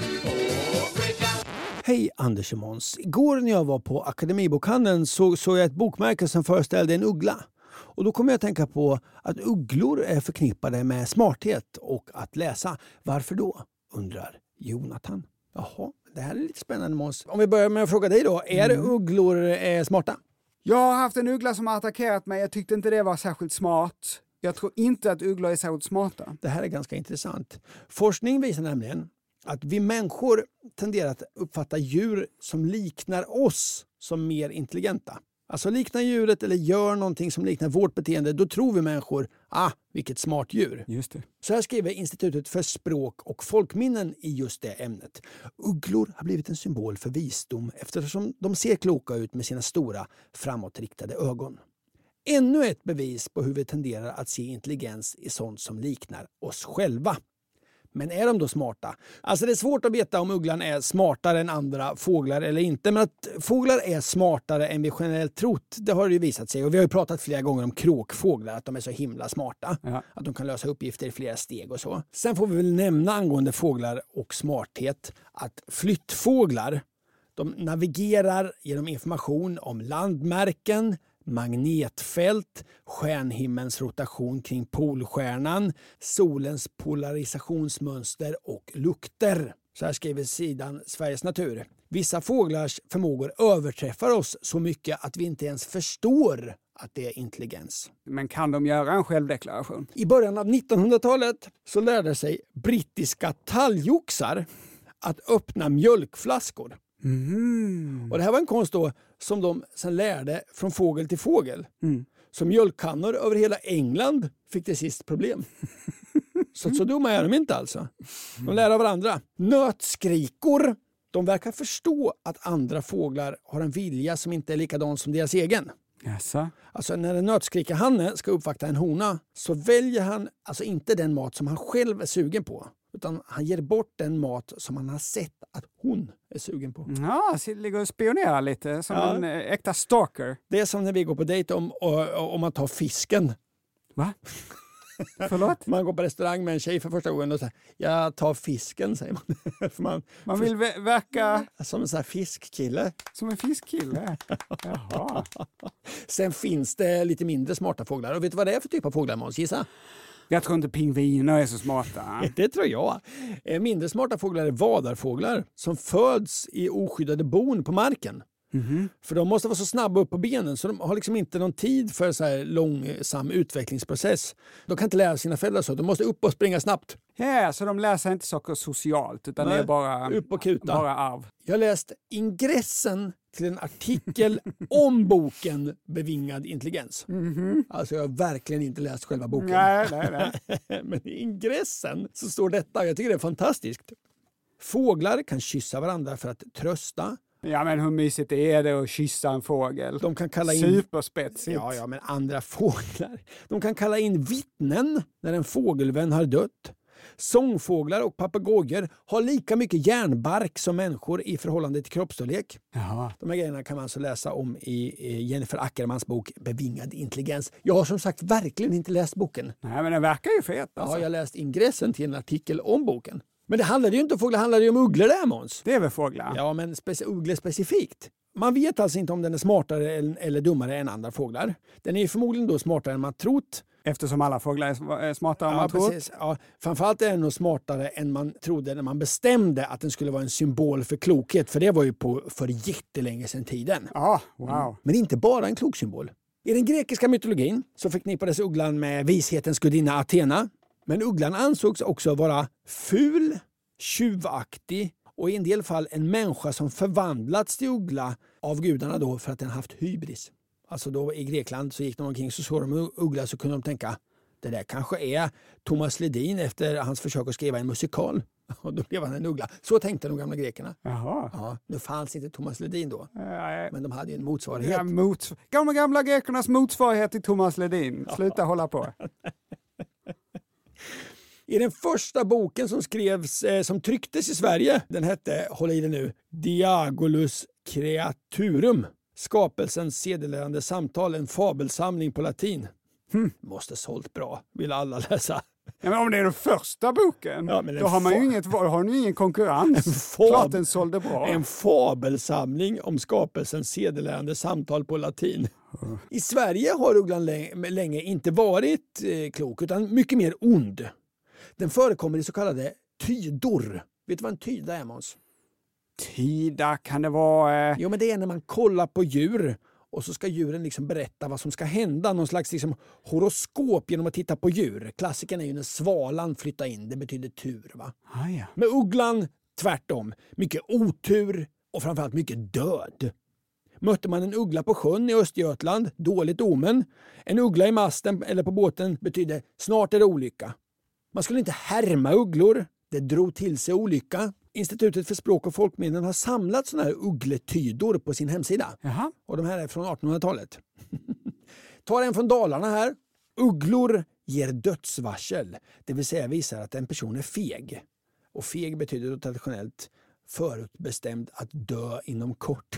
[SPEAKER 2] Hej Anders och Måns. Igår när jag var på Akademibokhandeln så såg jag ett bokmärke som föreställde en uggla. Och då kom jag att tänka på att ugglor är förknippade med smarthet och att läsa. Varför då? Undrar Jonathan. Jaha, det här är lite spännande, Måns. Om vi börjar med att fråga dig då. Är mm. ugglor eh, smarta?
[SPEAKER 3] Jag har haft en uggla som har attackerat mig. Jag tyckte inte det var särskilt smart. Jag tror inte att ugglor är särskilt smarta.
[SPEAKER 2] Det här är ganska intressant. Forskning visar nämligen att vi människor tenderar att uppfatta djur som liknar oss som mer intelligenta. Alltså liknar djuret eller gör någonting som liknar vårt beteende, då tror vi människor, ah, vilket smart djur.
[SPEAKER 3] Just det.
[SPEAKER 2] Så här skriver Institutet för språk och folkminnen i just det ämnet. Ugglor har blivit en symbol för visdom eftersom de ser kloka ut med sina stora framåtriktade ögon. Ännu ett bevis på hur vi tenderar att se intelligens i sånt som liknar oss själva. Men är de då smarta? Alltså det är svårt att veta om ugglan är smartare än andra fåglar eller inte. Men att fåglar är smartare än vi generellt trott, det har det ju visat sig. Och vi har ju pratat flera gånger om kråkfåglar, att de är så himla smarta. Ja. Att de kan lösa uppgifter i flera steg och så. Sen får vi väl nämna angående fåglar och smarthet att flyttfåglar, de navigerar genom information om landmärken, magnetfält, stjärnhimmelens rotation kring polstjärnan, solens polarisationsmönster och lukter. Så här skriver sidan Sveriges natur. Vissa fåglars förmågor överträffar oss så mycket att vi inte ens förstår att det är intelligens.
[SPEAKER 3] Men kan de göra en självdeklaration?
[SPEAKER 2] I början av nittonhundratalet så lärde sig brittiska talgoxar att öppna mjölkflaskor.
[SPEAKER 3] Mm.
[SPEAKER 2] Och det här var en konst då som de sen lärde från fågel till fågel.
[SPEAKER 3] Mm.
[SPEAKER 2] Så mjölkkannor över hela England fick det sist problem. så, så dumma är de inte alltså. De lär av varandra. Nötskrikor, de verkar förstå att andra fåglar har en vilja som inte är likadan som deras egen.
[SPEAKER 3] Jaså?
[SPEAKER 2] Alltså när en nötskrikarhanne ska uppvakta en hona så väljer han alltså inte den mat som han själv är sugen på. Utan han ger bort den mat som han har sett att hon är sugen på.
[SPEAKER 3] Ja, så ligger och spionerar lite som
[SPEAKER 2] ja.
[SPEAKER 3] en äh, äkta stalker.
[SPEAKER 2] Det är som när vi går på dejt om, om man tar fisken.
[SPEAKER 3] Va? Förlåt?
[SPEAKER 2] Man går på restaurang med en tjej för första gången och säger jag tar fisken, säger man. för man,
[SPEAKER 3] man vill för, verka...
[SPEAKER 2] Som en sån här fiskkille.
[SPEAKER 3] Som en fiskkille? Jaha.
[SPEAKER 2] Sen finns det lite mindre smarta fåglar. Och vet du vad det är för typ av fåglar, Måns? Gissa?
[SPEAKER 3] Jag tror inte pingviner är så smarta.
[SPEAKER 2] Det tror jag. Mindre smarta fåglar är vadarfåglar som föds i oskyddade bon på marken.
[SPEAKER 3] Mm-hmm.
[SPEAKER 2] För de måste vara så snabba upp på benen så de har liksom inte någon tid för så här långsam utvecklingsprocess. De kan inte lära sina föräldrar så. De måste upp och springa snabbt.
[SPEAKER 3] Ja, så de läser inte saker socialt utan Nej, det är bara,
[SPEAKER 2] upp och kuta.
[SPEAKER 3] bara arv.
[SPEAKER 2] Jag har läst ingressen till en artikel om boken Bevingad intelligens.
[SPEAKER 3] Mm-hmm.
[SPEAKER 2] Alltså jag har verkligen inte läst själva boken.
[SPEAKER 3] Nej, nej, nej.
[SPEAKER 2] Men i ingressen så står detta. Jag tycker det är fantastiskt. Fåglar kan kyssa varandra för att trösta
[SPEAKER 3] Ja, men hur mysigt är det att kyssa en fågel?
[SPEAKER 2] De kan kalla in...
[SPEAKER 3] Superspetsigt.
[SPEAKER 2] Ja, ja, men andra fåglar. De kan kalla in vittnen när en fågelvän har dött. Sångfåglar och papegojor har lika mycket hjärnbark som människor i förhållande till kroppsstorlek.
[SPEAKER 3] Jaha.
[SPEAKER 2] De här grejerna kan man alltså läsa om i Jennifer Ackermans bok Bevingad intelligens. Jag har som sagt verkligen inte läst boken.
[SPEAKER 3] Nej, men den verkar ju fet. Alltså.
[SPEAKER 2] Ja, jag har läst ingressen till en artikel om boken. Men det handlade ju inte om fåglar, det handlade ju om ugglor där, Måns.
[SPEAKER 3] Det är väl fåglar?
[SPEAKER 2] Ja, men speci- ugglor specifikt. Man vet alltså inte om den är smartare eller dummare än andra fåglar. Den är förmodligen då smartare än man trott.
[SPEAKER 3] Eftersom alla fåglar är smartare än
[SPEAKER 2] ja,
[SPEAKER 3] man tror.
[SPEAKER 2] Precis. Ja, framförallt är den nog smartare än man trodde när man bestämde att den skulle vara en symbol för klokhet. För det var ju på för jättelänge sedan tiden.
[SPEAKER 3] Ja, wow.
[SPEAKER 2] Mm. Men inte bara en klok symbol. I den grekiska mytologin så förknippades ugglan med vishetens gudinna Athena. Men ugglan ansågs också vara ful, tjuvaktig och i en del fall en människa som förvandlats till uggla av gudarna då för att den haft hybris. Alltså då i Grekland så gick de omkring så såg de uggla så kunde de tänka det där kanske är Thomas Ledin efter hans försök att skriva en musikal. Och då blev han en uggla. Så tänkte de gamla grekerna.
[SPEAKER 3] Jaha.
[SPEAKER 2] Ja, nu fanns inte Thomas Ledin då.
[SPEAKER 3] Nej.
[SPEAKER 2] Men de hade ju en motsvarighet.
[SPEAKER 3] Ja, mots- gamla, gamla grekernas motsvarighet till Thomas Ledin. Sluta ja. hålla på.
[SPEAKER 2] I den första boken som skrevs, eh, som trycktes i Sverige, den hette, håll i det nu, Diagolus Creaturum. Skapelsens sedelärande samtal, en fabelsamling på latin. Hm. Måste sålt bra, vill alla läsa.
[SPEAKER 3] Ja, men om det är den första boken, ja, då har man ju inget, har nu ingen konkurrens. En fab- Klart den sålde bra.
[SPEAKER 2] En fabelsamling om skapelsens sedelärande samtal på latin. Mm. I Sverige har ugglan länge inte varit eh, klok, utan mycket mer ond. Den förekommer i så kallade tydor. Vet du vad en tyda är, Måns?
[SPEAKER 3] Tyda, kan det vara... Eh...
[SPEAKER 2] Jo, men det är när man kollar på djur och så ska djuren liksom berätta vad som ska hända. Någon slags liksom horoskop genom att titta på djur. Klassiken är ju när svalan flyttar in. Det betyder tur, va?
[SPEAKER 3] Ah, ja.
[SPEAKER 2] Med ugglan tvärtom. Mycket otur och framförallt mycket död. Mötte man en uggla på sjön i Östergötland, dåligt omen. En uggla i masten eller på båten betyder snart är det olycka. Man skulle inte härma ugglor. Det drog till sig olycka. Institutet för språk och folkminnen har samlat såna här uggletydor på sin hemsida.
[SPEAKER 3] Jaha.
[SPEAKER 2] Och de här är från artonhundratalet. Ta en från Dalarna här. Ugglor ger dödsvarsel. Det vill säga visar att en person är feg. Och feg betyder då traditionellt förutbestämd att dö inom kort.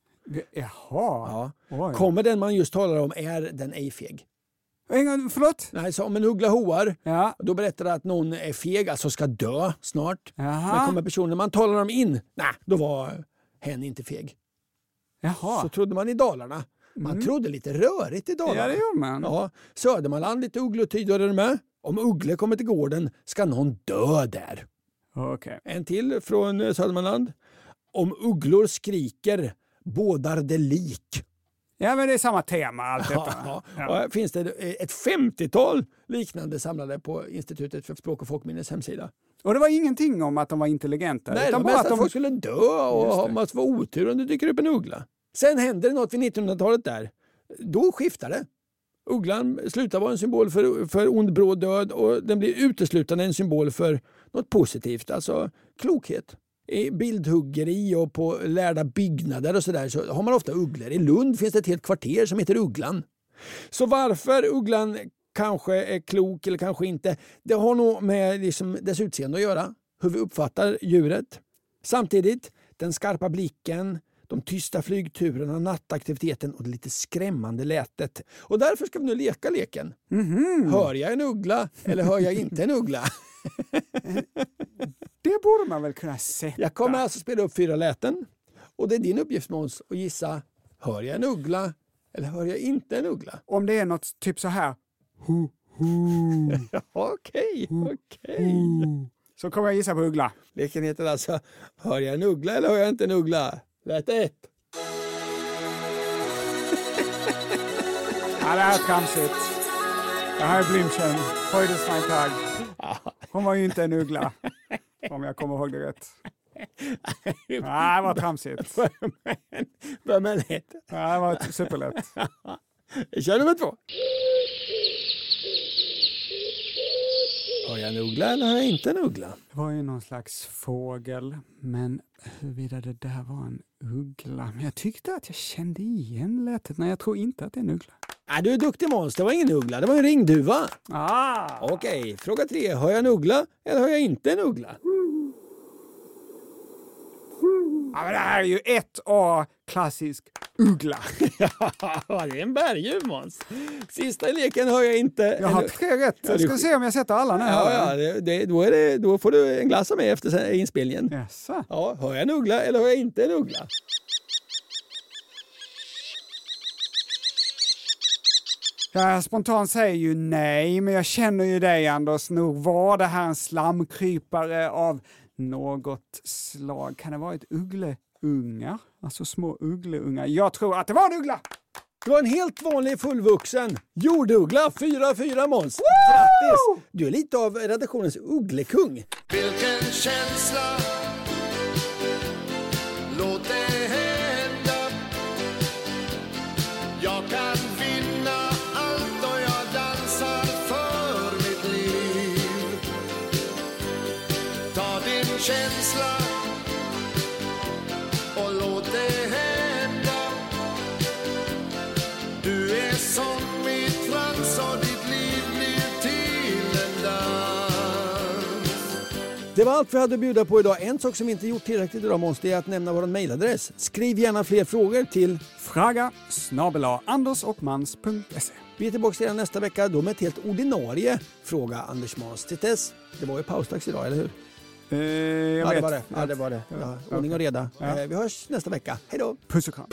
[SPEAKER 3] Jaha.
[SPEAKER 2] Ja. Kommer den man just talar om är den ej feg.
[SPEAKER 3] En, förlåt?
[SPEAKER 2] Nej, så om en uggla hoar,
[SPEAKER 3] ja.
[SPEAKER 2] då berättar det att någon är feg, alltså ska dö snart.
[SPEAKER 3] Jaha.
[SPEAKER 2] Men kommer personen man talar om in, nej, då var hen inte feg.
[SPEAKER 3] Jaha.
[SPEAKER 2] Så trodde man i Dalarna. Man mm. trodde lite rörigt i Dalarna.
[SPEAKER 3] Ja, det gör man.
[SPEAKER 2] Ja, Södermanland, lite ugglotydor är det med. Om ugglor kommer till gården ska någon dö där.
[SPEAKER 3] Okay.
[SPEAKER 2] En till från Södermanland. Om ugglor skriker, bådar det lik.
[SPEAKER 3] Ja, men det är samma tema. Allt detta.
[SPEAKER 2] Ja, ja. Och finns det ett femtiotal liknande samlade på Institutet för språk och folkminnes hemsida.
[SPEAKER 3] Och det var ingenting om att de var intelligenta.
[SPEAKER 2] Nej,
[SPEAKER 3] utan
[SPEAKER 2] det var
[SPEAKER 3] bara
[SPEAKER 2] att,
[SPEAKER 3] att de
[SPEAKER 2] folk skulle dö och man måste vara otur om det dyker upp en uggla. Sen händer det något vid nittonhundratalet där. Då skiftar det. Ugglan slutar vara en symbol för, för ond, bråd död och den blir uteslutande en symbol för något positivt, alltså klokhet. I bildhuggeri och på lärda byggnader och sådär så har man ofta ugglor. I Lund finns det ett helt kvarter som heter Ugglan. Så varför ugglan kanske är klok eller kanske inte, det har nog med liksom dess utseende att göra. Hur vi uppfattar djuret. Samtidigt, den skarpa blicken, de tysta flygturerna, nattaktiviteten och det lite skrämmande lätet. Och därför ska vi nu leka leken.
[SPEAKER 3] Mm-hmm.
[SPEAKER 2] Hör jag en uggla eller hör jag inte en uggla?
[SPEAKER 3] Det borde man väl kunna sätta.
[SPEAKER 2] Jag kommer alltså spela upp fyra läten. Och det är din uppgift, Måns, att gissa, hör jag en uggla eller hör jag inte en uggla?
[SPEAKER 3] Om det är något typ så här. Hu, hu.
[SPEAKER 2] Okej, okej.
[SPEAKER 3] Så kommer jag gissa på uggla.
[SPEAKER 2] Leken heter alltså, hör jag en uggla eller hör jag inte en uggla? Lät ett.
[SPEAKER 3] Ja, det här är tramsigt. Det här är Blümchen. Freudes Hon var ju inte en uggla. Om jag kommer ihåg det rätt. Nej, det var tramsigt.
[SPEAKER 2] Börja med lätt.
[SPEAKER 3] Ja, det var superlätt.
[SPEAKER 2] Kör nummer två. Har jag en uggla eller har jag inte en uggla?
[SPEAKER 3] Det var ju någon slags fågel, men huruvida det där var en uggla. Men jag tyckte att jag kände igen lätet. Nej, jag tror inte att det är en uggla.
[SPEAKER 2] Ja, du är duktig Måns, det var ingen uggla, det var en ringduva.
[SPEAKER 3] Ah.
[SPEAKER 2] Okej, okay, fråga tre. Har jag en uggla eller har jag inte en uggla?
[SPEAKER 3] Ja, men det här är ju ett A klassisk uggla.
[SPEAKER 2] Ja, det är en berguv Måns. Sista i leken har jag inte.
[SPEAKER 3] Jag har tre rätt. Jag ska se om jag sätter alla nu.
[SPEAKER 2] Ja, ja det, det, då, är det, då får du en glass av mig efter inspelningen.
[SPEAKER 3] Yes.
[SPEAKER 2] Ja, har jag en uggla eller har jag inte en uggla?
[SPEAKER 3] Ja, spontant säger ju nej, men jag känner ju dig Anders. Nog var det här en slamkrypare av något slag. Kan det vara ett uggleungar? Alltså små uggleungar. Jag tror att det var en uggla!
[SPEAKER 2] Det var en helt vanlig fullvuxen jorduggla. fyra fyra Måns. Grattis! Du är lite av redaktionens ugglekung.
[SPEAKER 4] Vilken känsla. Låt det hända. Jag kan vinna allt och jag dansar för mitt liv. Ta din känsla och låt det hända. Du är som mitt trans och ditt liv blir till en dans.
[SPEAKER 2] Det var allt vi hade att bjuda på idag. En sak som vi inte gjort tillräckligt idag Måns, det är att nämna vår mejladress. Skriv gärna fler frågor till
[SPEAKER 3] fraga snabel-a andersochmans punkt se.
[SPEAKER 2] Vi är tillbaka redan nästa vecka, då med ett helt ordinarie Fråga Anders Måns. Till dess, det var ju pausdags idag, eller hur?
[SPEAKER 3] Eh, jag
[SPEAKER 2] ja,
[SPEAKER 3] vet.
[SPEAKER 2] det var det. Ja, det var det. Ja, ordning och reda.
[SPEAKER 3] Ja.
[SPEAKER 2] Eh, vi hörs nästa vecka. Hej då!
[SPEAKER 3] Puss och kram.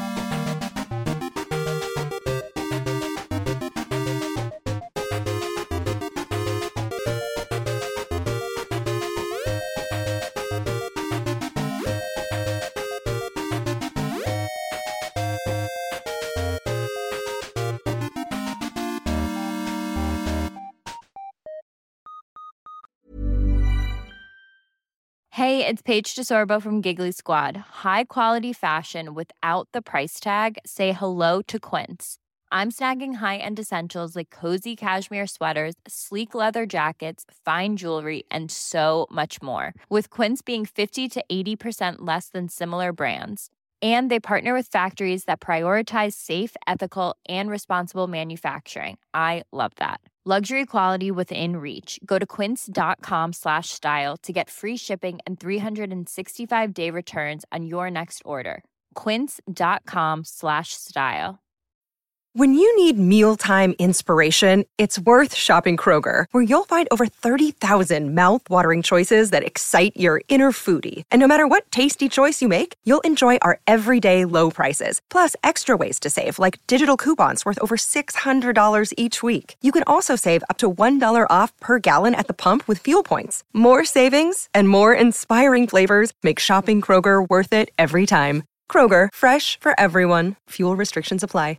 [SPEAKER 10] Hey, it's Paige DeSorbo from Giggly Squad. High quality fashion without the price tag. Say hello to Quince. I'm snagging high-end essentials like cozy cashmere sweaters, sleek leather jackets, fine jewelry, and so much more. With Quince being fifty to eighty percent less than similar brands. And they partner with factories that prioritize safe, ethical, and responsible manufacturing. I love that. Luxury quality within reach. Go to quince.com slash style to get free shipping and three sixty-five day returns on your next order. Quince.com slash style.
[SPEAKER 11] When you need mealtime inspiration, it's worth shopping Kroger, where you'll find over thirty thousand mouthwatering choices that excite your inner foodie. And no matter what tasty choice you make, you'll enjoy our everyday low prices, plus extra ways to save, like digital coupons worth over six hundred dollars each week. You can also save up to one dollar off per gallon at the pump with fuel points. More savings and more inspiring flavors make shopping Kroger worth it every time. Kroger, fresh for everyone. Fuel restrictions apply.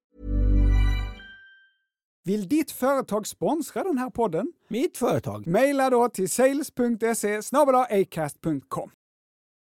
[SPEAKER 3] Vill ditt företag sponsra den här podden?
[SPEAKER 2] Mitt företag?
[SPEAKER 3] Maila då till sales punkt se snabel-a acast punkt com.